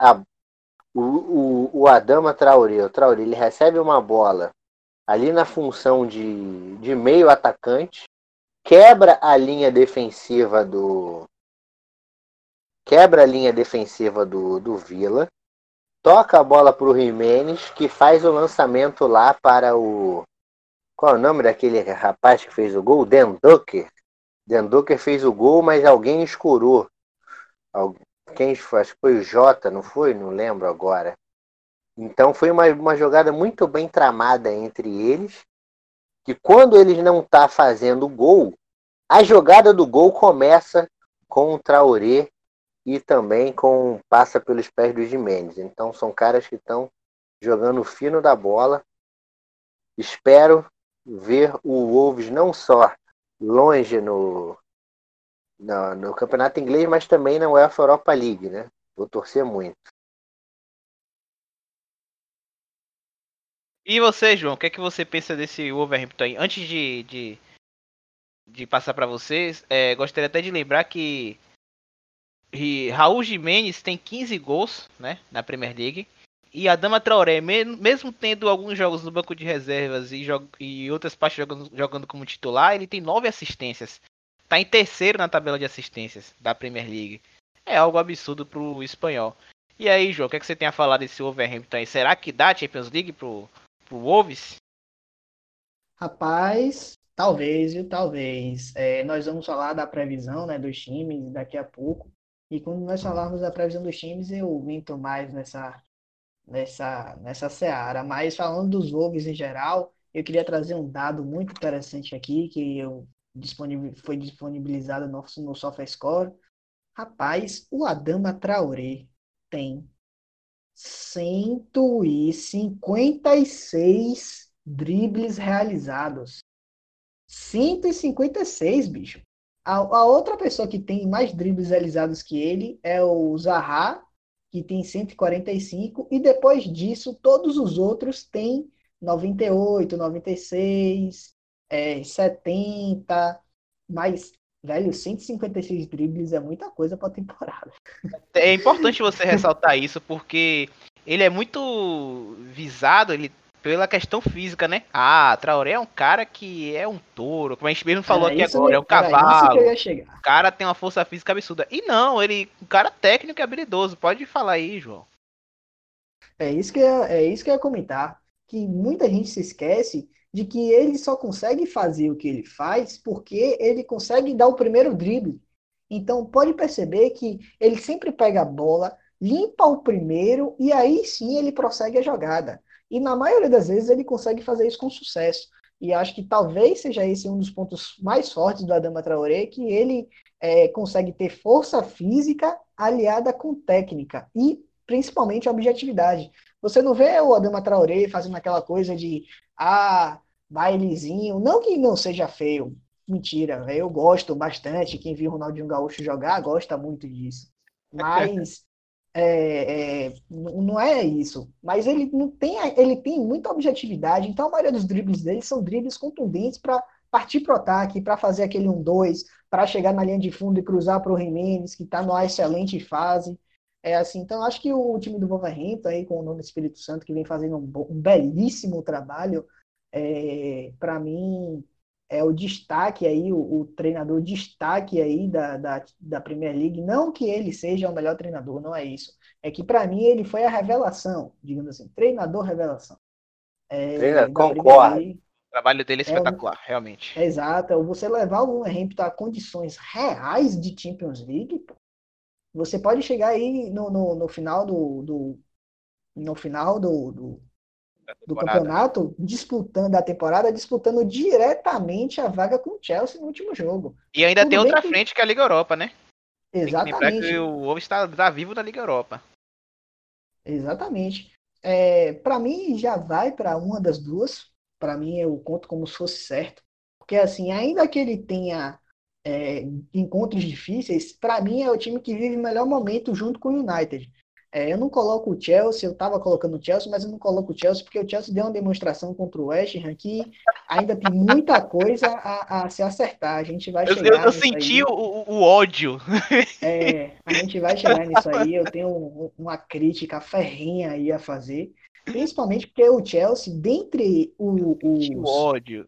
o Adama Traoré, ele recebe uma bola ali na função de meio atacante, quebra a linha defensiva do Villa, toca a bola para o Jimenez, que faz o lançamento lá para o... Qual é o nome daquele rapaz que fez o gol? Dan Ducker. Dan Ducker fez o gol, mas alguém escorou. Quem foi? Acho que foi o Jota, não foi? Não lembro agora. Então foi uma jogada muito bem tramada entre eles, que quando eles não estão fazendo gol, a jogada do gol começa com o Traoré e também passa pelos pés do Jimenez. Então são caras que estão jogando fino da bola. Espero ver o Wolves não só longe no campeonato inglês, mas também na UEFA Europa League, né? Vou torcer muito. E você, João, o que é que você pensa desse Wolverhampton aí? Antes de passar para vocês, gostaria até de lembrar que Raul Jimenez tem 15 gols, né, na Premier League. E Adama Traoré, mesmo tendo alguns jogos no banco de reservas e outras partes jogando como titular, ele tem 9 assistências. Tá em terceiro na tabela de assistências da Premier League. É algo absurdo pro espanhol. E aí, João, o que é que você tem a falar desse Wolverhampton aí? Será que dá Champions League pro Wolves? Rapaz, talvez, viu? Talvez. Nós vamos falar da previsão, né, dos times daqui a pouco. E quando nós falarmos da previsão dos times, eu minto mais nessa seara. Mas falando dos Wolves em geral, eu queria trazer um dado muito interessante aqui, que foi disponibilizado no SofaScore. Rapaz, o Adama Traoré tem 156 dribles realizados. 156, bicho. A outra pessoa que tem mais dribles realizados que ele é o Zaha, que tem 145, e depois disso, todos os outros têm 98, 96, 70, mas, velho, 156 dribles é muita coisa para temporada. É importante você ressaltar isso, porque ele é muito visado pela questão física, né? Ah, Traoré é um cara que é um touro, como a gente mesmo falou aqui agora, é um Era isso que eu cavalo. ia chegar. O cara tem uma força física absurda. E não, um cara técnico e habilidoso. Pode falar aí, João. É isso que eu ia comentar. Que muita gente se esquece de que ele só consegue fazer o que ele faz porque ele consegue dar o primeiro drible. Então pode perceber que ele sempre pega a bola, limpa o primeiro e aí sim ele prossegue a jogada. E na maioria das vezes ele consegue fazer isso com sucesso. E acho que talvez seja esse um dos pontos mais fortes do Adama Traoré, que ele consegue ter força física aliada com técnica e principalmente objetividade. Você não vê o Adama Traoré fazendo aquela coisa de bailezinho, não que não seja feio, mentira, eu gosto bastante, quem viu o Ronaldinho Gaúcho jogar gosta muito disso, mas não é isso, mas ele não tem, ele tem muita objetividade, então a maioria dos dribles dele são dribles contundentes para partir para o ataque, para fazer aquele 1-2, para chegar na linha de fundo e cruzar para o Jimenez, que está numa excelente fase. É assim, então acho que o time do Wolverhampton aí com o nome Espírito Santo que vem fazendo um belíssimo trabalho, para mim é o destaque aí, o treinador destaque aí da Premier League. Não que ele seja o melhor treinador, não é isso. É que para mim ele foi a revelação, digamos assim, treinador revelação da Premier Concordo. League. O trabalho dele é É, espetacular, realmente. exato, você levar o Wolverhampton a condições reais de Champions League, pô, você pode chegar aí no final no final do Temporada. campeonato, disputando a temporada, disputando diretamente a vaga com o Chelsea no último jogo. E ainda tem Tudo bem outra que. frente que é a Liga Europa, né? Tem que lembrar que Exatamente. o Wolves tá vivo na Liga Europa. Exatamente. Para mim, já vai para uma das duas. Para mim, eu conto como se fosse certo. Porque, assim, ainda que ele tenha encontros difíceis, para mim é o time que vive o melhor momento junto com o United. Eu não coloco o Chelsea, eu estava colocando o Chelsea, mas eu não coloco o Chelsea porque o Chelsea deu uma demonstração contra o West Ham que ainda tem muita coisa a se acertar. A gente vai chegar Eu nisso senti aí. o ódio. A gente vai chegar nisso aí. Eu tenho uma crítica ferrenha aí a fazer, principalmente porque o Chelsea, dentre Senti o ódio.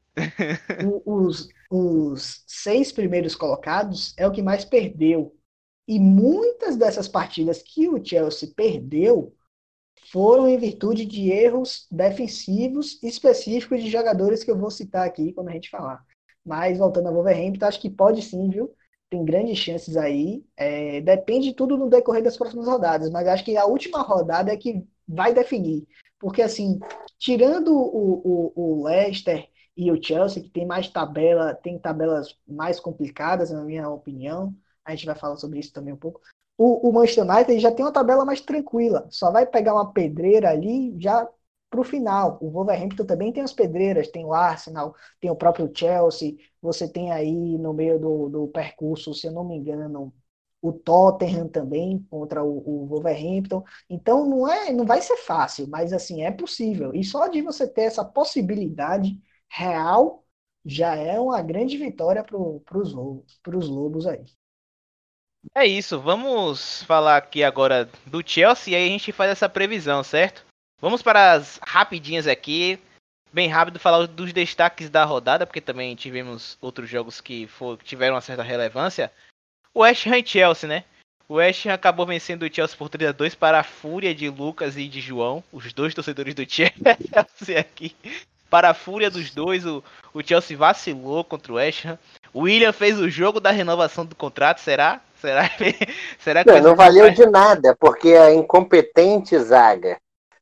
os 6 primeiros colocados, é o que mais perdeu. E muitas dessas partidas que o Chelsea perdeu foram em virtude de erros defensivos específicos de jogadores que eu vou citar aqui quando a gente falar. Mas voltando ao Wolverhampton, acho que pode sim, viu? Tem grandes chances aí. Depende tudo no decorrer das próximas rodadas, mas acho que a última rodada é que vai definir. Porque, assim, tirando o Leicester e o Chelsea, que tem mais tem tabelas mais complicadas, na minha opinião, a gente vai falar sobre isso também um pouco. O Manchester United já tem uma tabela mais tranquila, só vai pegar uma pedreira ali já para o final. O Wolverhampton também tem as pedreiras, tem o Arsenal, tem o próprio Chelsea, você tem aí no meio do percurso, se eu não me engano, o Tottenham também contra o Wolverhampton. Então não vai ser fácil, mas assim, é possível. E só de você ter essa possibilidade real já é uma grande vitória para os Lobos aí. É isso, vamos falar aqui agora do Chelsea e aí a gente faz essa previsão, certo? Vamos para as rapidinhas aqui, bem rápido, falar dos destaques da rodada, porque também tivemos outros jogos que tiveram uma certa relevância. O West Ham e Chelsea, né? O West Ham acabou vencendo o Chelsea por 3-2 para a fúria de Lucas e de João, os dois torcedores do Chelsea aqui. Para a fúria dos dois, o Chelsea vacilou contra o West Ham. O William fez o jogo da renovação do contrato, será? Será que Não valeu de nada, porque a incompetente zaga,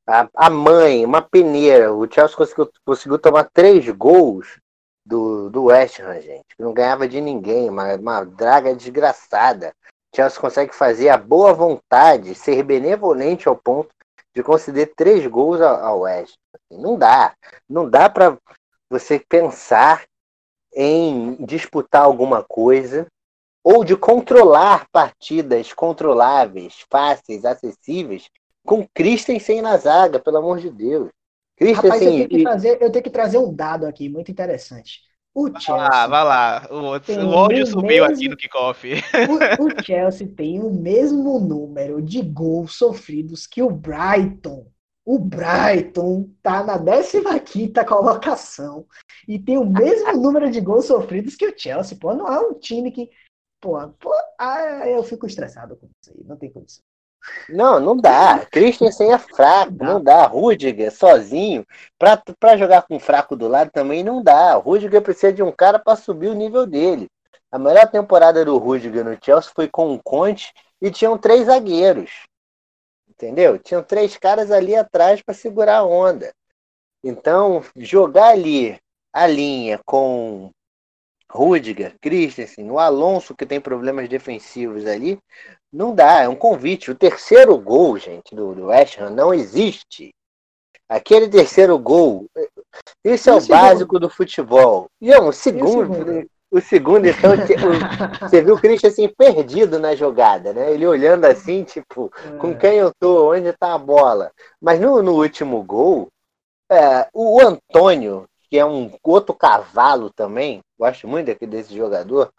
a mãe, uma peneira. O Chelsea conseguiu tomar 3 gols do West Ham, gente. Que não ganhava de ninguém, uma draga desgraçada. O Chelsea consegue fazer a boa vontade, ser benevolente ao ponto de conceder 3 gols ao West Ham. Não dá para você pensar em disputar alguma coisa ou de controlar partidas controláveis, fáceis, acessíveis, com Christensen na zaga, pelo amor de Deus. Rapaz, Christensen eu tenho que trazer um dado aqui muito interessante. O Vai Chelsea lá. tem O ódio o subiu aqui mesmo, no kickoff. o Chelsea tem o mesmo número de gols sofridos que o Brighton. O Brighton tá na 15ª colocação e tem o mesmo número de gols sofridos que o Chelsea. Pô, não é um time que... eu fico estressado com isso aí, não tem condição. Não dá. Christensen é fraco, não dá. Rudiger sozinho, pra jogar com fraco do lado também não dá. O Rudiger precisa de um cara para subir o nível dele. A melhor temporada do Rudiger no Chelsea foi com o Conte e tinham 3 zagueiros. Entendeu? Tinham 3 caras ali atrás para segurar a onda. Então, jogar ali a linha com Rudiger, Christensen, o Alonso, que tem problemas defensivos ali, não dá, é um convite. O terceiro gol, gente, do West Ham não existe. Aquele terceiro gol, isso é o básico do futebol. E o segundo, então, você viu o Christensen perdido na jogada, né? Ele olhando assim, tipo, com quem eu tô, onde tá a bola. Mas no último gol, o Antônio, que é um outro cavalo também, gosto muito desse jogador,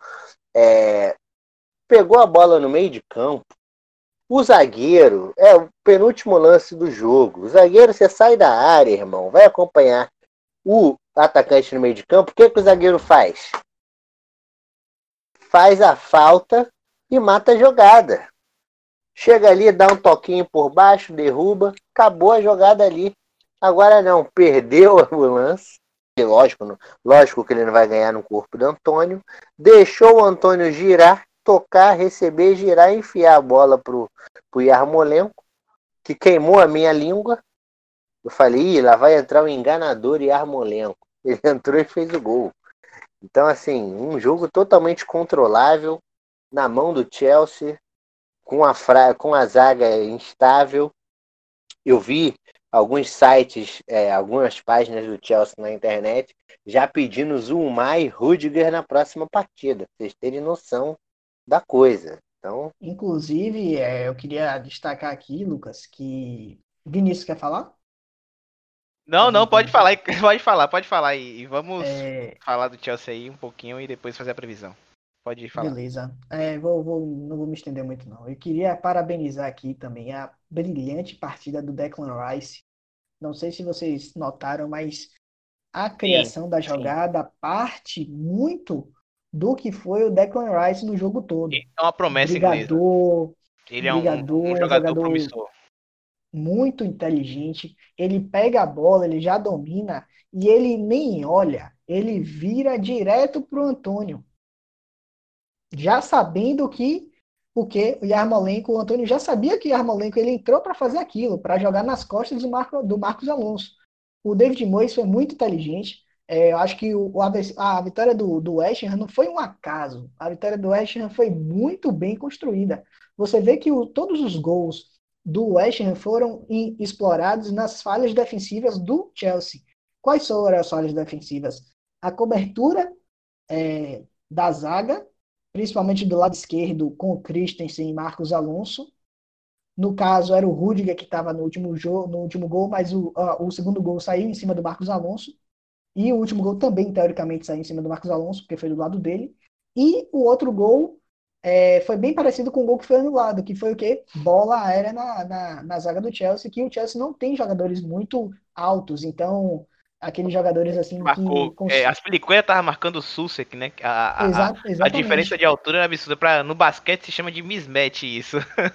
pegou a bola no meio de campo. O zagueiro é o penúltimo lance do jogo. O zagueiro, você sai da área, irmão, vai acompanhar o atacante no meio de campo. O que o zagueiro faz? Faz a falta e mata a jogada. Chega ali, dá um toquinho por baixo, derruba, acabou a jogada ali. Agora não, perdeu o lance. Lógico que ele não vai ganhar no corpo do Antônio. Deixou o Antônio girar, tocar, receber, girar e enfiar a bola pro Yarmolenko, que queimou a minha língua. Eu falei, lá vai entrar o enganador Yarmolenko. Ele entrou e fez o gol. Então, assim, um jogo totalmente controlável, na mão do Chelsea, com a zaga instável. Eu vi alguns sites, algumas páginas do Chelsea na internet, já pedindo Zouma e Rudiger na próxima partida, pra vocês terem noção da coisa. Então, inclusive, eu queria destacar aqui, Lucas, que... Vinícius quer falar? Não, pode falar. E vamos falar do Chelsea aí um pouquinho e depois fazer a previsão. Pode falar. Beleza. Não vou me estender muito, não. Eu queria parabenizar aqui também a brilhante partida do Declan Rice. Não sei se vocês notaram, mas a criação da jogada parte muito do que foi o Declan Rice no jogo todo. É uma promessa brigador, inglesa. Ele é um jogador promissor. Muito inteligente. Ele pega a bola, ele já domina e ele nem olha. Ele vira direto pro Antônio. Já sabendo o Yarmolenko, o Antônio já sabia que o Yarmolenko ele entrou para fazer aquilo, para jogar nas costas do Marcos Alonso. O David Moyes foi muito inteligente. Eu acho que a vitória do West Ham não foi um acaso. A vitória do West Ham foi muito bem construída. Você vê que todos os gols do West Ham foram explorados nas falhas defensivas do Chelsea. Quais foram as falhas defensivas? A cobertura da zaga, principalmente do lado esquerdo, com Christensen e Marcos Alonso. No caso, era o Rudiger que estava no último gol, mas o segundo gol saiu em cima do Marcos Alonso. E o último gol também, teoricamente, saiu em cima do Marcos Alonso, porque foi do lado dele. E o outro gol foi bem parecido com o gol que foi anulado, que foi o quê? Bola aérea na zaga do Chelsea, que o Chelsea não tem jogadores muito altos, então aqueles jogadores assim marcou, que... As Pelicueta tava marcando o Susek, né? A diferença de altura é absurda. No basquete se chama de mismatch isso.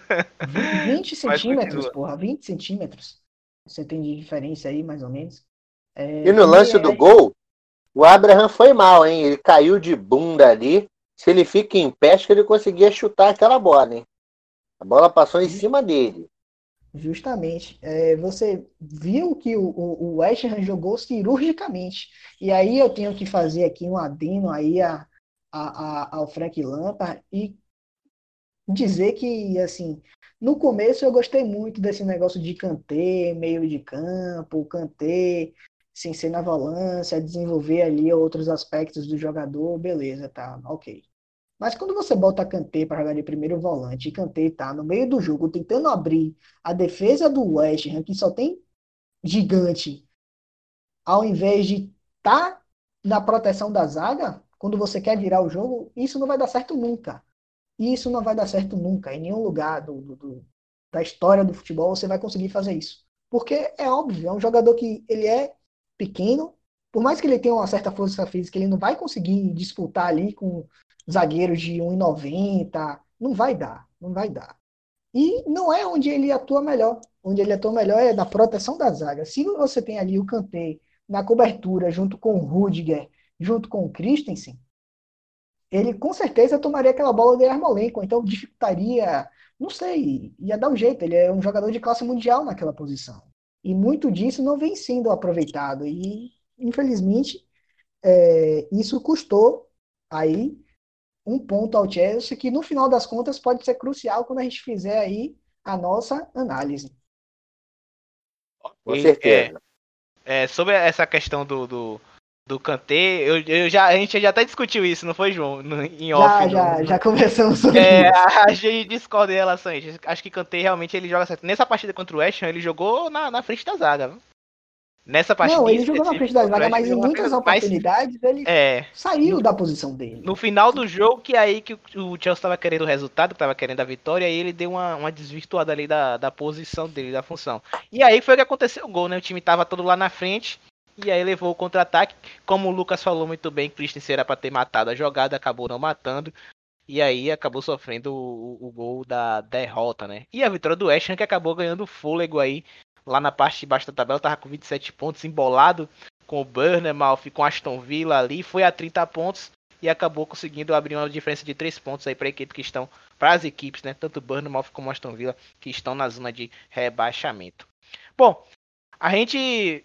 20 centímetros, porra, 20 centímetros. Você tem de diferença aí, mais ou menos. E no lance do gol, o Abraham foi mal, hein? Ele caiu de bunda ali. Se ele fica em pé, acho que ele conseguia chutar aquela bola, hein? A bola passou em cima dele. Justamente. Você viu que o West Ham jogou cirurgicamente. E aí eu tenho que fazer aqui um adeno aí ao Frank Lampard e dizer que, assim, no começo eu gostei muito desse negócio de Kanté, meio de campo, Kanté sem ser na volância, desenvolver ali outros aspectos do jogador, beleza, tá, ok. Mas quando você bota Kanté para jogar de primeiro volante e Kanté tá no meio do jogo tentando abrir a defesa do West Ham, que só tem gigante, ao invés de estar na proteção da zaga, quando você quer virar o jogo, isso não vai dar certo nunca. E isso não vai dar certo nunca. Em nenhum lugar da história do futebol você vai conseguir fazer isso. Porque é óbvio, é um jogador que ele é pequeno, por mais que ele tenha uma certa força física, ele não vai conseguir disputar ali com zagueiros de 1,90. Não vai dar, não vai dar. E não é onde ele atua melhor. Onde ele atua melhor é na proteção da zaga. Se você tem ali o Kanté na cobertura, junto com o Rudiger, junto com o Christensen, ele com certeza tomaria aquela bola de Yarmolenko, então dificultaria, não sei, ia dar um jeito, ele é um jogador de classe mundial naquela posição. E muito disso não vem sendo aproveitado, e infelizmente isso custou aí um ponto ao Chelsea, que no final das contas pode ser crucial quando a gente fizer aí a nossa análise. Com E, certeza. sobre essa questão do Kanté, a gente já até discutiu isso, não foi, João? Em off. Já conversamos sobre isso. A gente discorda em relação a isso. Acho que Kanté realmente ele joga certo. Nessa partida contra o West Ham, ele jogou na frente da zaga, viu? Nessa Não, partida em ele jogou na específico frente da contra o zaga, West Ham, mas ele em jogou na muitas frente, mas oportunidades ele no, saiu da posição dele. no final do jogo, que aí que o Chelsea estava querendo o resultado, estava querendo a vitória, aí ele deu uma desvirtuada ali da posição dele, da função. E aí foi que aconteceu o gol, né? O time tava todo lá na frente, e aí levou o contra-ataque. Como o Lucas falou muito bem, Christensen era para ter matado a jogada, acabou não matando. E aí acabou sofrendo o gol da derrota, né? E a vitória do West Ham, que acabou ganhando fôlego aí, lá na parte de baixo da tabela, tava com 27 pontos, embolado com o Bournemouth, com Aston Villa ali, foi a 30 pontos e acabou conseguindo abrir uma diferença de 3 pontos aí para equipe que estão, para as equipes, né? Tanto Bournemouth como Aston Villa, que estão na zona de rebaixamento. Bom, a gente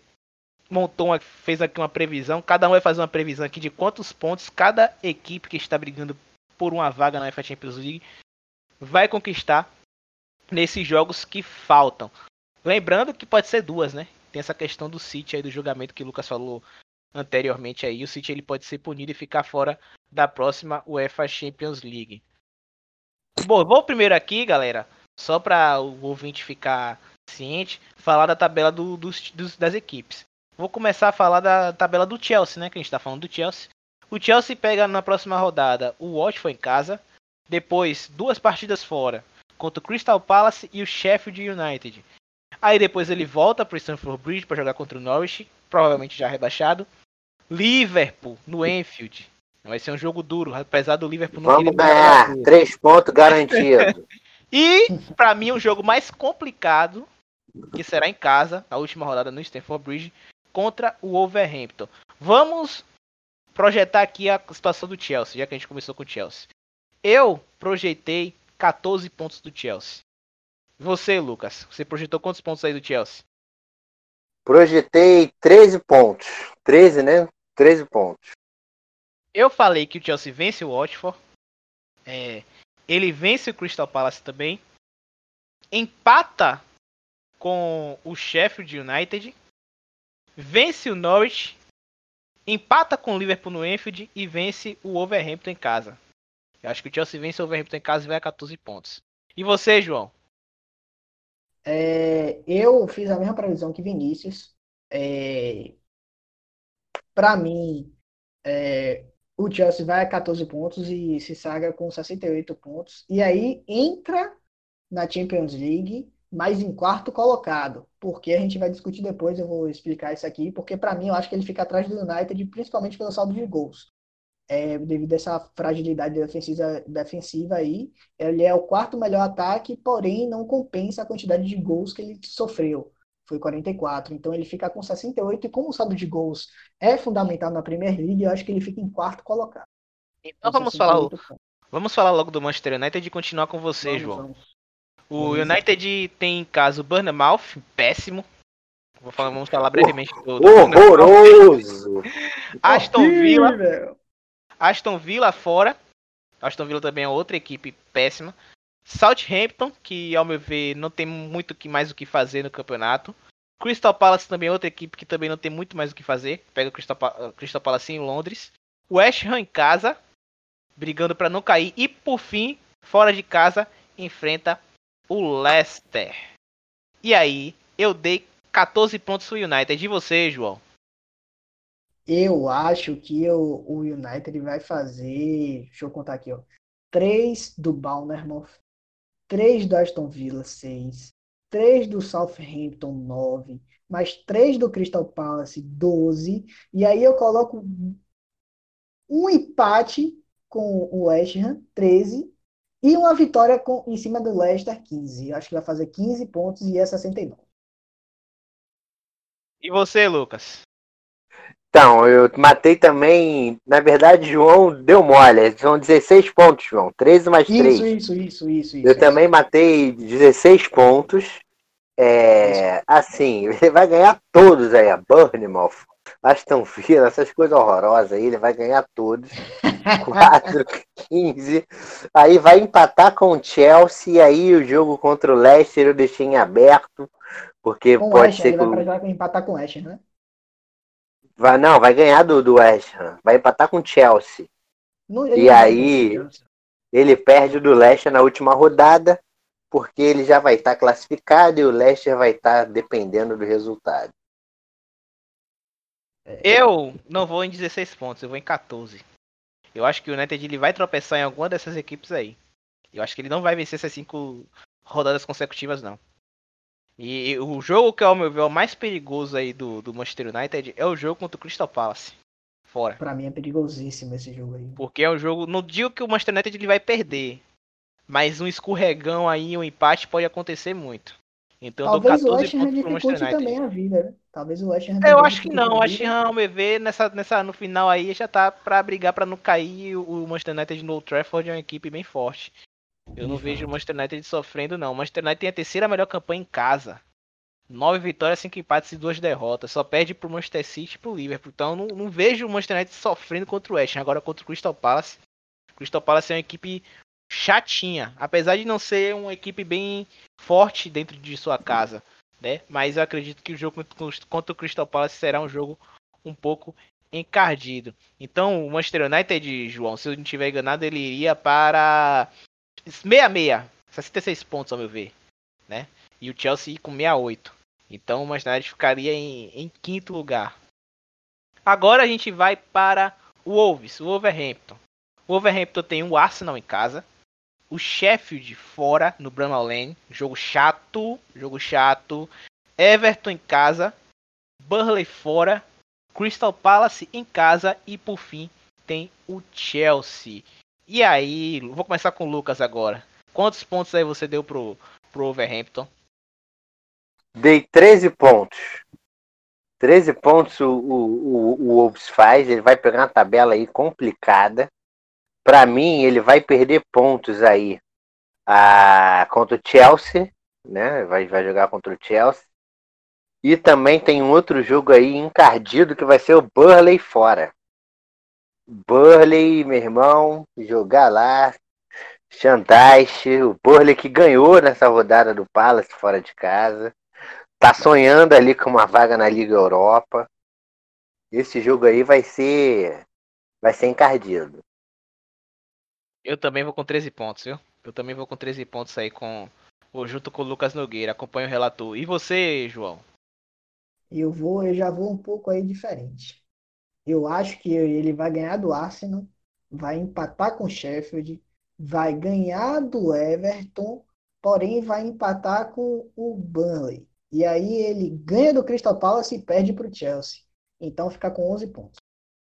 fez aqui uma previsão, cada um vai fazer uma previsão aqui de quantos pontos cada equipe que está brigando por uma vaga na UEFA Champions League vai conquistar nesses jogos que faltam. Lembrando que pode ser duas, né? Tem essa questão do City aí, do julgamento que o Lucas falou anteriormente aí. O City ele pode ser punido e ficar fora da próxima UEFA Champions League. Bom, vou primeiro aqui, galera, só para o ouvinte ficar ciente, falar da tabela das equipes. Vou começar a falar da tabela do Chelsea, né? Que a gente tá falando do Chelsea. O Chelsea pega na próxima rodada o Watford em casa. Depois, 2 partidas fora contra o Crystal Palace e o Sheffield United. Aí depois ele volta para o Stamford Bridge para jogar contra o Norwich, provavelmente já rebaixado. Liverpool no Anfield. Vai ser um jogo duro, apesar do Liverpool não querer Vamos mostrar ganhar. goladeira. 3 pontos garantidos. E, para mim, o jogo mais complicado, que será em casa, na última rodada no Stamford Bridge, contra o Wolverhampton. Vamos projetar aqui a situação do Chelsea, já que a gente começou com o Chelsea. Eu projetei 14 pontos do Chelsea. Você, Lucas, você projetou quantos pontos aí do Chelsea? Projetei 13 pontos. 13, né? 13 pontos. Eu falei que o Chelsea vence o Watford. Ele vence o Crystal Palace também. Empata com o Sheffield United. Vence o Norwich. Empata com o Liverpool no Anfield e vence o Wolverhampton em casa. Eu acho que o Chelsea vence o Wolverhampton em casa e vai a 14 pontos. E você, João? Eu fiz a mesma previsão que Vinícius. Para mim, o Chelsea vai a 14 pontos e se sagra com 68 pontos. E aí entra na Champions League, mas em quarto colocado. Porque a gente vai discutir depois, eu vou explicar isso aqui. Porque para mim, eu acho que ele fica atrás do United, principalmente pelo saldo de gols. Devido a essa fragilidade defensiva aí, ele é o quarto melhor ataque, porém não compensa a quantidade de gols que ele sofreu. Foi 44, então ele fica com 68, e como o saldo de gols é fundamental na Premier League, eu acho que ele fica em quarto colocado. Então Com 68 pontos. vamos falar logo do Manchester United e continuar com você, Vamos, João. vamos. O United tem em casa o Bournemouth, péssimo. Vamos falar brevemente do Bournemouth. Horroroso! Aston Villa, Horrível. Aston Villa fora. Aston Villa também é outra equipe péssima. Southampton, que ao meu ver não tem muito mais o que fazer no campeonato. Crystal Palace também é outra equipe que também não tem muito mais o que fazer. Pega o Crystal Palace em Londres. West Ham em casa, brigando para não cair. E por fim, fora de casa, enfrenta o Leicester. E aí, eu dei 14 pontos pro United. E você, João? Eu acho que o United vai fazer. Deixa eu contar aqui, ó. 3 do Bournemouth, 3 do Aston Villa, 6. 3 do Southampton, 9. Mais 3 do Crystal Palace, 12. E aí eu coloco um empate com o West Ham, 13. E uma vitória em cima do Leicester, 15. Eu acho que vai fazer 15 pontos e é 69. E você, Lucas? Então, eu matei também. Na verdade, João deu mole. São 16 pontos, João. 13 mais 3. Isso. Eu também matei 16 pontos. Assim, ele vai ganhar todos aí. A Bournemouth, Aston Villa, essas coisas horrorosas aí. Ele vai ganhar todos. 4, 15. Aí vai empatar com o Chelsea. E aí o jogo contra o Leicester eu deixei em aberto. Porque Com o pode West Ham, ser ele que vai o. precisar empatar com o West Ham, né? Vai ganhar do West Ham. Vai empatar com o Chelsea. Não, ele E não vai ganhar. aí ele perde do Leicester na última rodada, porque ele já vai estar classificado e o Leicester vai estar dependendo do resultado. Eu não vou em 16 pontos, eu vou em 14. Eu acho que o United ele vai tropeçar em alguma dessas equipes aí. Eu acho que ele não vai vencer essas 5 rodadas consecutivas, não. E o jogo que, ao meu ver, é o mais perigoso aí do Manchester United é o jogo contra o Crystal Palace. Fora. Pra mim é perigosíssimo esse jogo aí. Porque é um jogo. Não digo que o Manchester United ele vai perder. Mas um escorregão aí, um empate pode acontecer muito. Então eu dou Talvez o 14 West Ham pontos pro Manchester dificulte United. também a vida, né? Talvez o West Ham Eu também acho que dificulte não. a O West vida. Ham, ao meu ver, no final aí já tá pra brigar pra não cair. O Manchester United no Old Trafford é uma equipe bem forte. Eu não De vejo o fato. Manchester United sofrendo, não. O Manchester United tem a terceira melhor campanha em casa. 9 vitórias, 5 empates e 2 derrotas. Só perde pro Manchester City e pro Liverpool. Então eu não vejo o Manchester United sofrendo contra o West Ham. Agora contra o Crystal Palace. O Crystal Palace é uma equipe chatinha. Apesar de não ser uma equipe bem forte dentro de sua casa. Né? Mas eu acredito que o jogo contra o Crystal Palace será um jogo um pouco encardido. Então o Manchester United, João, se eu não estiver enganado, ele iria para 66. 66 pontos, ao meu ver. Né? E o Chelsea com 68. Então o Manchester United ficaria em quinto lugar. Agora a gente vai para o Wolves, o Wolverhampton. O Wolverhampton tem o Arsenal em casa. O Sheffield fora no Bramall Lane. Jogo chato. Everton em casa. Burnley fora. Crystal Palace em casa. E por fim tem o Chelsea. E aí, vou começar com o Lucas agora. Quantos pontos aí você deu pro Wolverhampton? Dei 13 pontos. 13 pontos o Wolves faz. Ele vai pegar uma tabela aí complicada. Para mim, ele vai perder pontos aí contra o Chelsea, né? Vai jogar contra o Chelsea. E também tem um outro jogo aí encardido que vai ser o Burnley fora. Burnley, meu irmão, jogar lá. Chantagem. O Burnley que ganhou nessa rodada do Palace fora de casa. Tá sonhando ali com uma vaga na Liga Europa. Esse jogo aí vai ser encardido. Eu também vou com 13 pontos, viu? Eu também vou com 13 pontos aí junto com o Lucas Nogueira. Acompanho o relator. E você, João? Eu já vou um pouco aí diferente. Eu acho que ele vai ganhar do Arsenal, vai empatar com o Sheffield, vai ganhar do Everton, porém vai empatar com o Burnley. E aí ele ganha do Crystal Palace e perde para o Chelsea. Então fica com 11 pontos.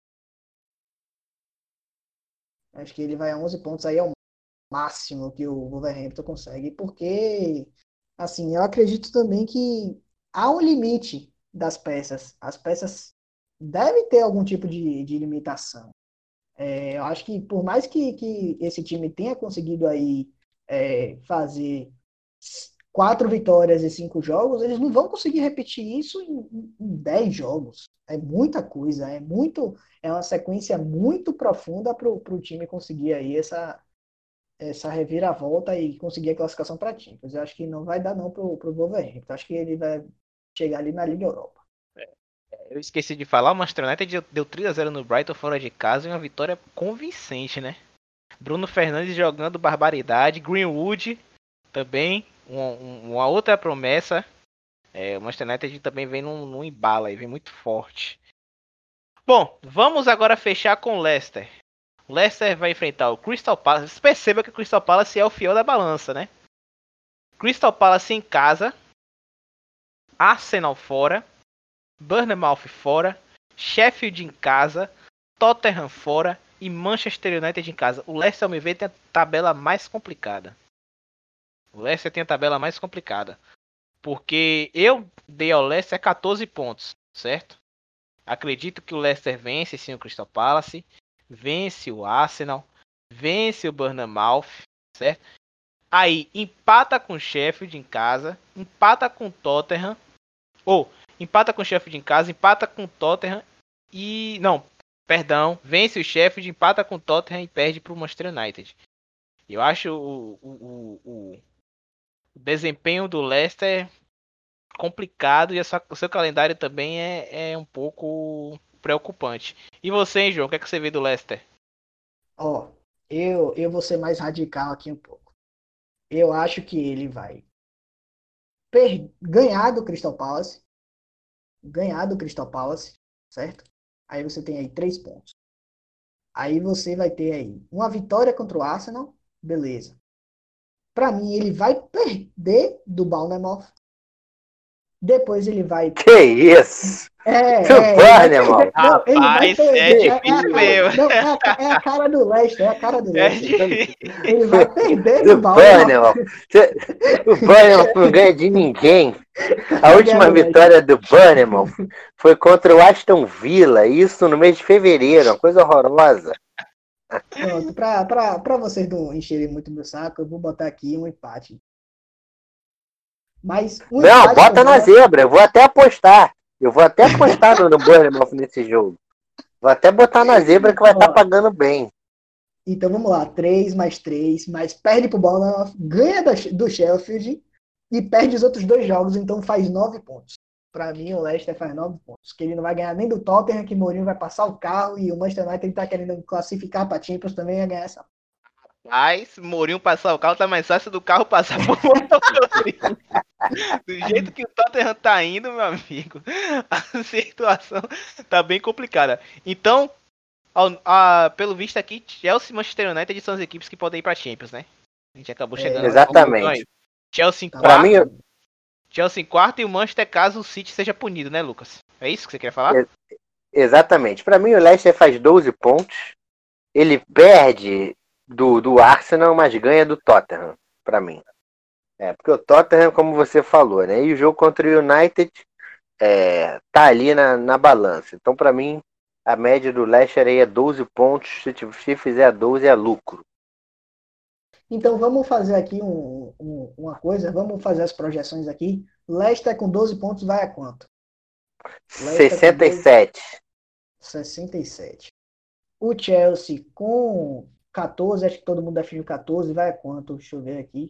Acho que ele vai a 11 pontos aí é o máximo que o Wolverhampton consegue, porque assim, eu acredito também que há um limite das peças. As peças devem ter algum tipo de limitação. Eu acho que por mais que esse time tenha conseguido aí fazer 4 vitórias e 5 jogos, eles não vão conseguir repetir isso em 10 jogos. É muita coisa, é uma sequência muito profunda para o time conseguir aí essa reviravolta e conseguir a classificação para Champions. Eu acho que não vai dar não pro Wolverhampton. Eu acho que ele vai chegar ali na Liga Europa. Eu esqueci de falar, o Manchester United deu 3-0 no Brighton fora de casa e uma vitória convincente, né? Bruno Fernandes jogando barbaridade, Greenwood também, uma outra promessa. O Manchester United também vem num embalo aí, vem muito forte. Bom, vamos agora fechar com o Leicester. O Leicester vai enfrentar o Crystal Palace. Perceba que o Crystal Palace é o fiel da balança, né? Crystal Palace em casa, Arsenal fora, Bournemouth fora, Sheffield em casa, Tottenham fora e Manchester United em casa. O Leicester, ao meu ver, tem a tabela mais complicada. Porque eu dei ao Leicester 14 pontos, certo? Acredito que o Leicester vence sim o Crystal Palace, vence o Arsenal, vence o Bournemouth, certo? Aí empata com o Sheffield em casa, empata com o Tottenham, empata com o Sheffield em casa, empata com o Tottenham vence o Sheffield, empata com o Tottenham e perde para o Manchester United. Eu acho o desempenho do Leicester complicado e o seu calendário também é um pouco preocupante. E você, hein, João, o que é que você vê do Leicester? Ó, eu vou ser mais radical aqui um pouco. Eu acho que ele vai ganhar do Crystal Palace, certo? Aí você tem aí 3 pontos. Aí você vai ter aí uma vitória contra o Arsenal, beleza. Para mim, ele vai perder do Bournemouth. Depois ele vai... Que isso? Bournemouth. Rapaz, é difícil mesmo. É a cara do Leicester, Ele vai perder do Bournemouth. O Bournemouth não ganha de ninguém. A última vitória do Bournemouth foi contra o Aston Villa, isso no mês de fevereiro, uma coisa horrorosa. Pronto, para vocês não encherem muito meu saco, eu vou botar aqui um empate. Mas não, bota na zebra, eu vou até apostar. No Bournemouth nesse jogo. Vou até botar na zebra que vai estar pagando bem. Então vamos lá, 3 mais 3, mas perde pro Bournemouth, ganha do Sheffield e perde os outros 2 jogos, então faz 9 pontos. Para mim, o Leicester faz 9 pontos. Que ele não vai ganhar nem do Tottenham, que Mourinho vai passar o carro, e o Manchester United tá querendo classificar para Champions também vai ganhar essa. Mas Mourinho passar o carro tá mais fácil do carro passar por Mourinho. Do jeito que o Tottenham tá indo, meu amigo, a situação tá bem complicada. Então, pelo visto aqui, Chelsea e Manchester United são as equipes que podem ir pra Champions, né? A gente acabou chegando. Exatamente. Chelsea em quarto. Chelsea em quarto e o Manchester caso o City seja punido, né, Lucas? É isso que você quer falar? Exatamente. Para mim, o Leicester faz 12 pontos. Ele perde do Arsenal, mas ganha do Tottenham, para mim. Porque o Tottenham, como você falou, né? E o jogo contra o United tá ali na balança. Então, para mim, a média do Leicester aí é 12 pontos. Se fizer 12, é lucro. Então, vamos fazer aqui uma coisa. Vamos fazer as projeções aqui. Leicester com 12 pontos vai a quanto? 67. 67. O Chelsea com 14, acho que todo mundo definiu 14, vai a quanto? Deixa eu ver aqui.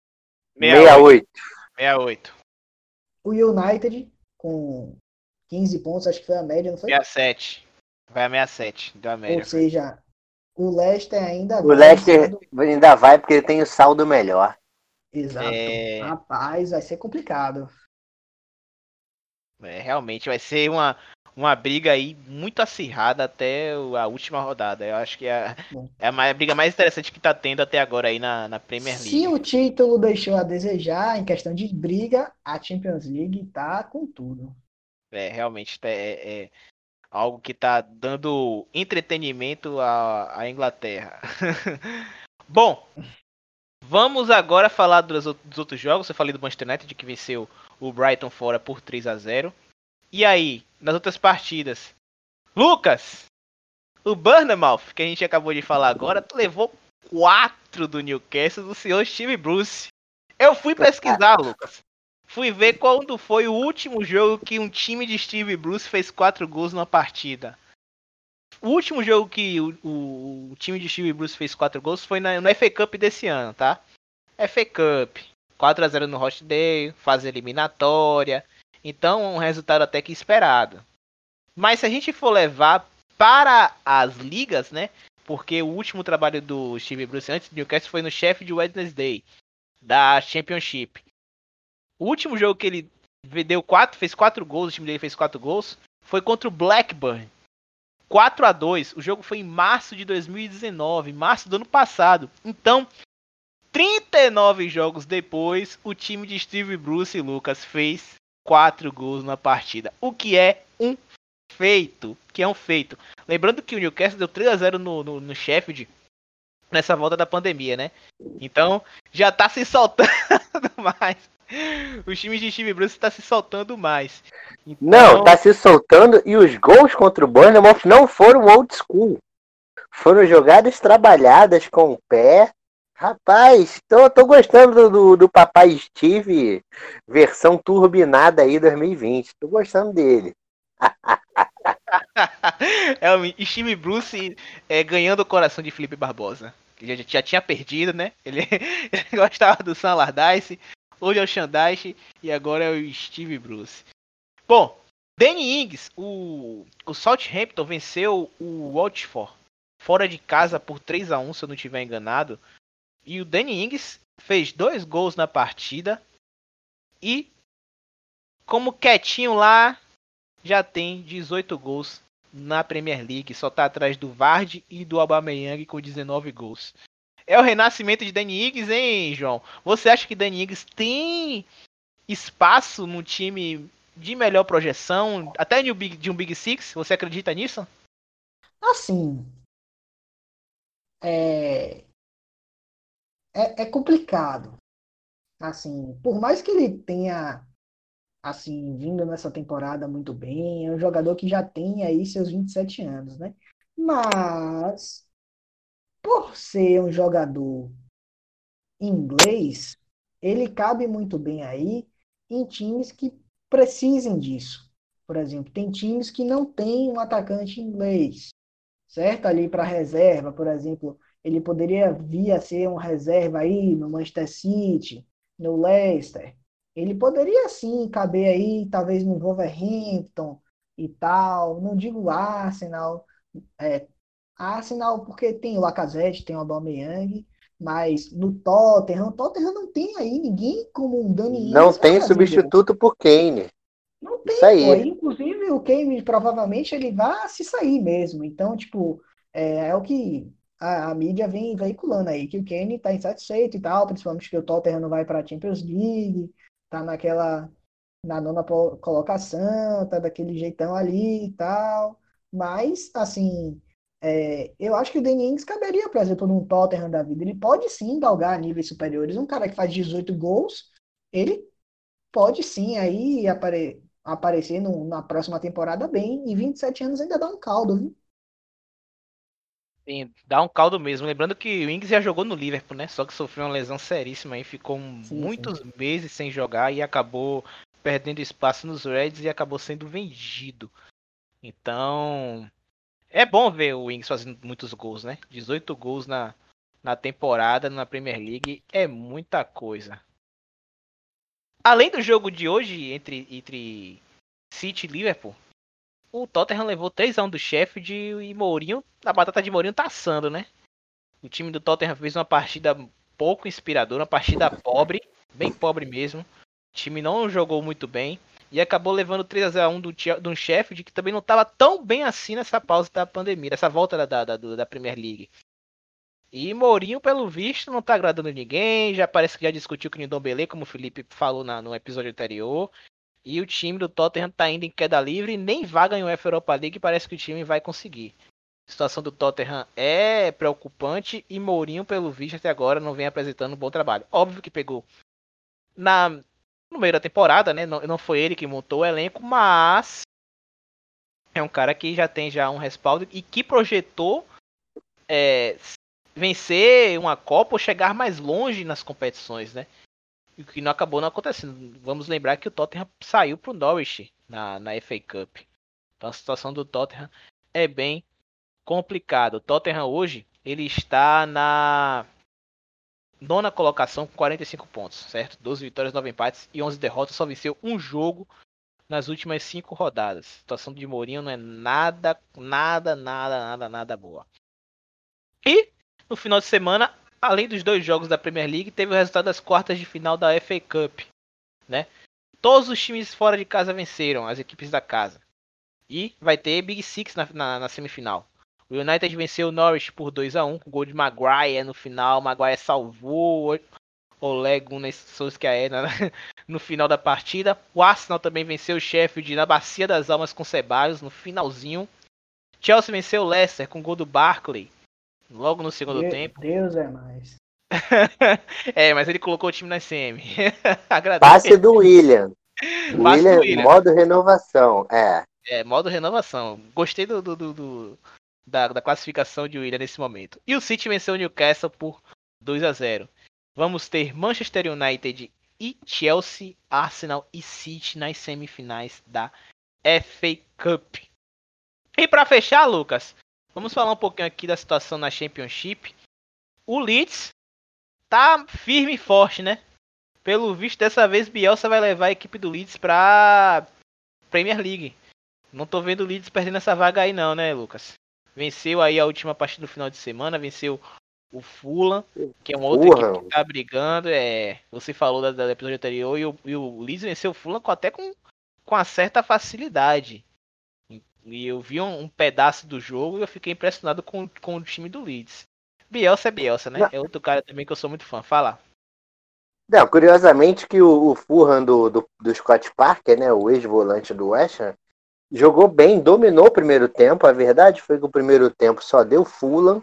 68. O United com 15 pontos, acho que foi a média, não foi? 67. Vai a 67, deu a média. Ou seja, o Leicester ainda vai. O Leicester ainda vai porque ele tem o saldo melhor. Exato. Rapaz, vai ser complicado. Realmente vai ser uma briga aí muito acirrada até a última rodada. Eu acho que é a briga mais interessante que tá tendo até agora aí na Premier League. Se o título deixou a desejar em questão de briga, a Champions League tá com tudo. Realmente é algo que tá dando entretenimento à Inglaterra. Bom, vamos agora falar dos outros jogos. Eu falei do Manchester United que venceu o Brighton fora por 3-0. E aí, nas outras partidas? Lucas, o Bournemouth, que a gente acabou de falar agora, levou 4 do Newcastle do senhor Steve Bruce. Eu fui pesquisar, Lucas. Fui ver quando foi o último jogo que um time de Steve Bruce fez 4 gols numa partida. O último jogo que o time de Steve Bruce fez 4 gols foi no FA Cup desse ano, tá? FA Cup. 4-0 no Rochdale, fase eliminatória. Então, um resultado até que esperado. Mas se a gente for levar para as ligas, né? Porque o último trabalho do Steve Bruce antes do Newcastle foi no Sheffield Wednesday, da Championship. O último jogo que ele fez 4 gols, o time dele fez 4 gols, foi contra o Blackburn. 4-2. O jogo foi em março de 2019, março do ano passado. Então, 39 jogos depois, o time de Steve Bruce e Lucas fez 4 gols na partida. O que é um feito. Lembrando que o Newcastle deu 3-0 no Sheffield nessa volta da pandemia, né? Então, já tá se soltando mais. Os times de Steve Bruce tá se soltando mais. Então... Não, tá se soltando e os gols contra o Bournemouth não foram old school. Foram jogadas trabalhadas com o pé. Rapaz, tô gostando do Papai Steve versão turbinada aí 2020. Tô gostando dele. É o Steve Bruce ganhando o coração de Felipe Barbosa. Que já tinha perdido, né? Ele gostava do Sam Allardyce, hoje é o Shandaich e agora é o Steve Bruce. Bom, Danny Ings, o Southampton venceu o Watford fora de casa por 3-1, se eu não estiver enganado. E o Danny Ings fez 2 gols na partida. E, como quietinho lá, já tem 18 gols na Premier League. Só tá atrás do Vardy e do Aubameyang com 19 gols. É o renascimento de Danny Ings, hein, João? Você acha que Danny Ings tem espaço no time de melhor projeção, até de um Big Six? Você acredita nisso? Assim, é, é complicado. Assim, por mais que ele tenha assim vindo nessa temporada muito bem, é um jogador que já tem aí seus 27 anos, né? Mas por ser um jogador inglês, ele cabe muito bem aí em times que precisem disso. Por exemplo, tem times que não têm um atacante inglês, certo? Ali para reserva, por exemplo, ele poderia vir a ser um reserva aí no Manchester City, no Leicester. Ele poderia sim caber aí, talvez no Wolverhampton e tal. Não digo Arsenal, Arsenal porque tem o Lacazette, tem o Aubameyang, mas no Tottenham não tem aí ninguém como um Dani Não Ings para tem fazer gol. substituto por Kane. Não Isso tem, pô. aí. Inclusive, o Kane provavelmente ele vai se sair mesmo. Então, tipo, é o que a mídia vem veiculando aí, que o Kane tá insatisfeito e tal, principalmente que o Tottenham não vai para a Champions League, tá na nona colocação, tá daquele jeitão ali e tal. Mas, assim, eu acho que o Danny Ings caberia, por exemplo, num Tottenham da vida. Ele pode sim galgar a níveis superiores. Um cara que faz 18 gols, ele pode sim aí aparecer na próxima temporada bem. E 27 anos ainda dá um caldo, viu? Sim, dá um caldo mesmo. Lembrando que o Ings já jogou no Liverpool, né? Só que sofreu uma lesão seríssima e ficou Sim, sim. muitos meses sem jogar e acabou perdendo espaço nos Reds e acabou sendo vendido. Então, é bom ver o Ings fazendo muitos gols, né? 18 gols na temporada na Premier League é muita coisa. Além do jogo de hoje entre City e Liverpool, o Tottenham levou 3-1 do Sheffield e Mourinho, a batata de Mourinho tá assando, né? O time do Tottenham fez uma partida pouco inspiradora, uma partida pobre, bem pobre mesmo. O time não jogou muito bem e acabou levando 3-1 do Sheffield, que também não estava tão bem assim nessa pausa da pandemia, nessa volta da Premier League. E Mourinho, pelo visto, não tá agradando ninguém, já parece que já discutiu com o Ndombele, como o Felipe falou no episódio anterior. E o time do Tottenham tá indo em queda livre e nem vaga em UEFA Europa League, parece que o time vai conseguir. A situação do Tottenham é preocupante e Mourinho, pelo visto, até agora não vem apresentando um bom trabalho. Óbvio que pegou no meio da temporada, né? Não foi ele que montou o elenco, mas é um cara que já tem um respaldo e que projetou vencer uma Copa ou chegar mais longe nas competições, né? o que não acabou não acontecendo. Vamos lembrar que o Tottenham saiu pro Norwich na FA Cup. Então a situação do Tottenham é bem complicada. O Tottenham hoje ele está na nona colocação com 45 pontos, certo? 12 vitórias, 9 empates e 11 derrotas. Só venceu um jogo nas últimas 5 rodadas. A situação de Mourinho não é nada boa. E no final de semana, além dos 2 jogos da Premier League, teve o resultado das quartas de final da FA Cup, né? Todos os times fora de casa venceram, as equipes da casa. E vai ter Big Six na semifinal. O United venceu o Norwich por 2-1, com gol de Maguire no final. Maguire salvou o Ole Gunnar Solskjaer no final da partida. O Arsenal também venceu o Sheffield na Bacia das Almas com Ceballos no finalzinho. Chelsea venceu o Leicester com gol do Barkley logo no segundo tempo. Deus é mais. Mas ele colocou o time na CM. Passe do William. William, modo renovação. Modo renovação. Gostei da classificação de William nesse momento. E o City venceu o Newcastle por 2-0. Vamos ter Manchester United e Chelsea, Arsenal e City nas semifinais da FA Cup. E para fechar, Lucas, vamos falar um pouquinho aqui da situação na Championship. O Leeds tá firme e forte, né? Pelo visto, dessa vez Bielsa vai levar a equipe do Leeds pra Premier League. Não tô vendo o Leeds perdendo essa vaga aí não, né, Lucas? Venceu aí a última partida do final de semana, venceu o Fulham, que é uma outra equipe que tá brigando. Você falou da episódio anterior e o Leeds venceu o Fulham até com uma certa facilidade. E eu vi um pedaço do jogo e eu fiquei impressionado com o time do Leeds. Bielsa é Bielsa, né? Não. É outro cara também que eu sou muito fã. Fala. Não, curiosamente que o Fulham do Scott Parker, né, o ex-volante do West Ham, jogou bem, dominou o primeiro tempo. A verdade foi que o primeiro tempo só deu Fulham,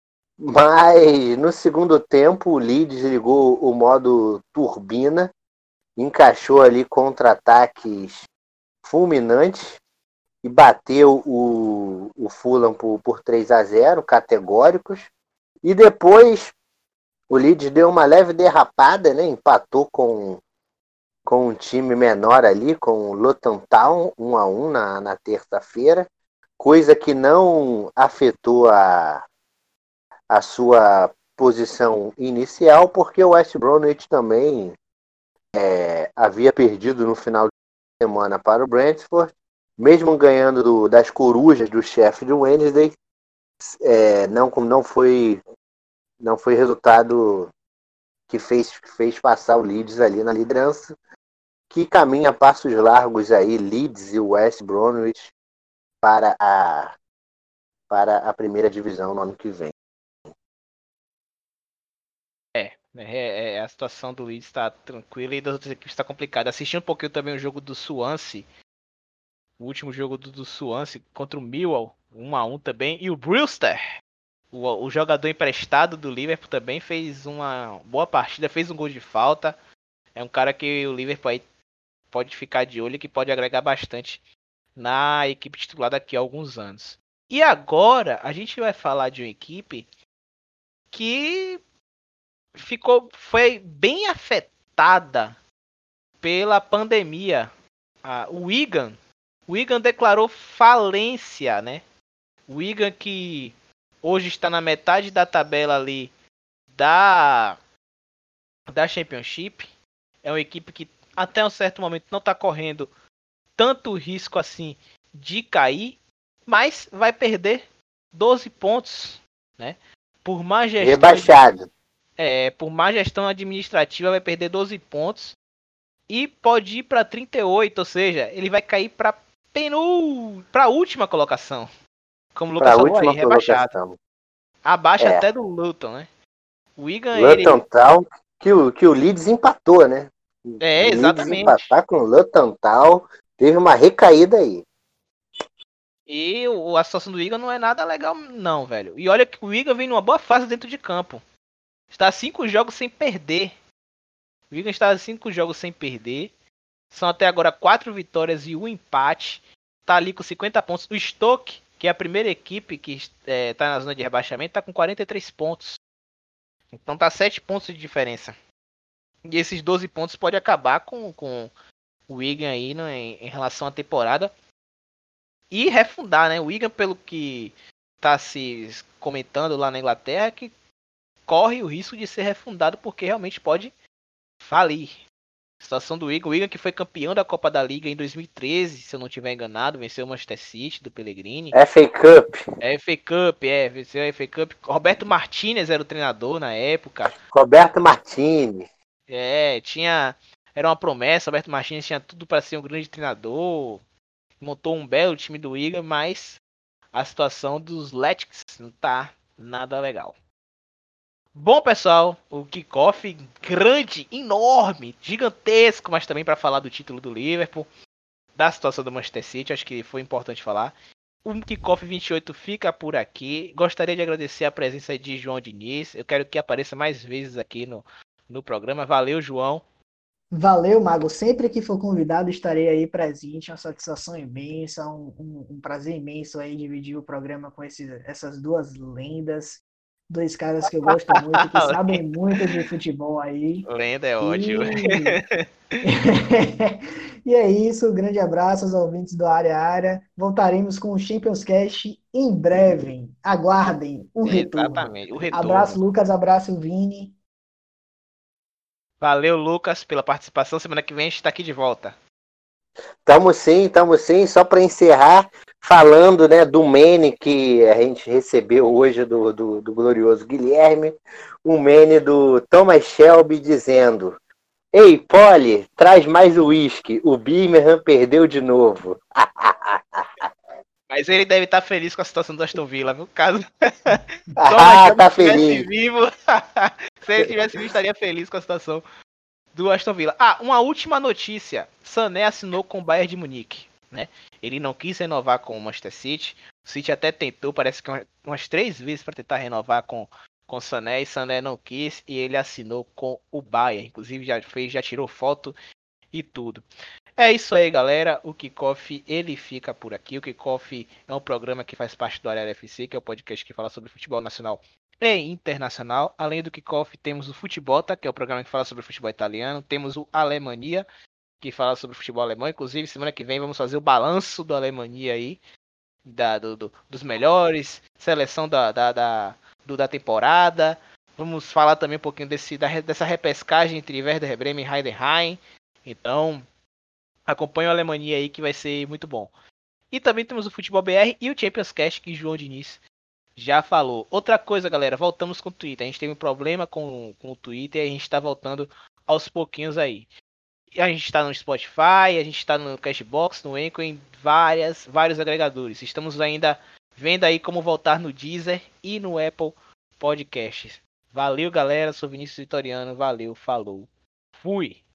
mas no segundo tempo o Leeds ligou o modo turbina, encaixou ali contra-ataques fulminantes e bateu o Fulham por 3-0, categóricos. E depois o Leeds deu uma leve derrapada, né? Empatou com um time menor ali, com o Luton Town, 1-1 na terça-feira, coisa que não afetou a sua posição inicial, porque o West Bromwich também havia perdido no final de semana para o Brentford, mesmo ganhando das corujas do Sheffield Wednesday, não foi resultado que fez passar o Leeds ali na liderança, que caminha a passos largos aí, Leeds e West Bromwich, para a primeira divisão no ano que vem. A situação do Leeds está tranquila e das outras equipes está complicada. Assisti um pouquinho também o jogo do Swansea, o último jogo do Swansea contra o Millwall, 1-1 também, e o Brewster, o jogador emprestado do Liverpool, também fez uma boa partida, fez um gol de falta. É um cara que o Liverpool aí pode ficar de olho, que pode agregar bastante na equipe titular daqui a alguns anos. E agora a gente vai falar de uma equipe que foi bem afetada pela pandemia. O Wigan declarou falência, né? O Wigan, que hoje está na metade da tabela ali da Championship, é uma equipe que até um certo momento não está correndo tanto risco assim de cair, mas vai perder 12 pontos, né? Por má gestão, rebaixado. Por má gestão administrativa vai perder 12 pontos e pode ir para 38, ou seja, ele vai cair para a última colocação. Como o Lucas falou aí, rebaixado. Abaixo até do Luton, né? O Wigan, Luton Town, que o Leeds empatou, né? Exatamente. Leeds empatar com o Luton Town, teve uma recaída aí. E a situação do Wigan não é nada legal não, velho. E olha que o Wigan vem numa boa fase dentro de campo. Está 5 jogos sem perder. O Wigan está 5 jogos sem perder. São até agora 4 vitórias e 1 empate. Está ali com 50 pontos. O Stoke, que é a primeira equipe que está na zona de rebaixamento, está com 43 pontos. Então tá 7 pontos de diferença. E esses 12 pontos pode acabar com o Wigan aí, né, em relação à temporada. E refundar, né? O Wigan, pelo que tá se comentando lá na Inglaterra, que corre o risco de ser refundado porque realmente pode falir. A situação do Wigan, o Wigan que foi campeão da Copa da Liga em 2013, se eu não estiver enganado, venceu o Manchester City do Pellegrini. FA Cup. FA Cup, venceu a FA Cup. Roberto Martinez era o treinador na época. Roberto Martini. Era uma promessa, Roberto Martinez tinha tudo para ser um grande treinador. Montou um belo time do Wigan, mas a situação dos Letics não tá nada legal. Bom, pessoal, o kickoff grande, enorme, gigantesco, mas também para falar do título do Liverpool, da situação do Manchester City, acho que foi importante falar. O kickoff 28 fica por aqui. Gostaria de agradecer a presença de João Diniz. Eu quero que apareça mais vezes aqui no programa. Valeu, João. Valeu, Mago. Sempre que for convidado, estarei aí presente. Uma satisfação imensa, um prazer imenso aí dividir o programa com essas duas lendas, dois caras que eu gosto muito, que sabem muito de futebol aí. Lenda é ótimo. E é isso. Um grande abraço aos ouvintes do Área Área. Voltaremos com o Champions Cast em breve. Aguardem o retorno. Exatamente, o retorno. Abraço, Lucas. Abraço, Vini. Valeu, Lucas, pela participação. Semana que vem a gente está aqui de volta. Tamo sim. Só para encerrar, falando, né, do meme que a gente recebeu hoje do glorioso Guilherme, um meme do Thomas Shelby dizendo: "Ei, Polly, traz mais uísque, o Birmingham perdeu de novo." Mas ele deve estar feliz com a situação do Aston Villa, viu? Caso Tá feliz. Vivo, se ele tivesse vivo, estaria feliz com a situação do Aston Villa. Uma última notícia. Sané assinou com o Bayern de Munique, né? Ele não quis renovar com o Manchester City. O City até tentou, parece que umas 3 vezes para tentar renovar com o Sané, e Sané não quis e ele assinou com o Bayern. Inclusive já tirou foto e tudo. É isso aí, galera. O Kickoff, ele fica por aqui. O Kickoff é um programa que faz parte do Área FC, que é o podcast que fala sobre futebol nacional e internacional. Além do Kickoff, temos o Futebota, que é o programa que fala sobre futebol italiano. Temos o Alemania, que fala sobre futebol alemão. Inclusive, semana que vem vamos fazer o balanço do Alemania aí, dos melhores, seleção da temporada. Vamos falar também um pouquinho dessa repescagem entre Werder Bremen e Heidenheim. Então, acompanha o Alemania aí que vai ser muito bom. E também temos o Futebol BR e o Champions Cast que João Diniz já falou. Outra coisa, galera, voltamos com o Twitter. A gente teve um problema com o Twitter e a gente está voltando aos pouquinhos aí. E a gente está no Spotify, a gente está no Cashbox, no Anchor, em vários agregadores. Estamos ainda vendo aí como voltar no Deezer e no Apple Podcasts. Valeu, galera. Sou Vinícius Vitoriano. Valeu, falou. Fui.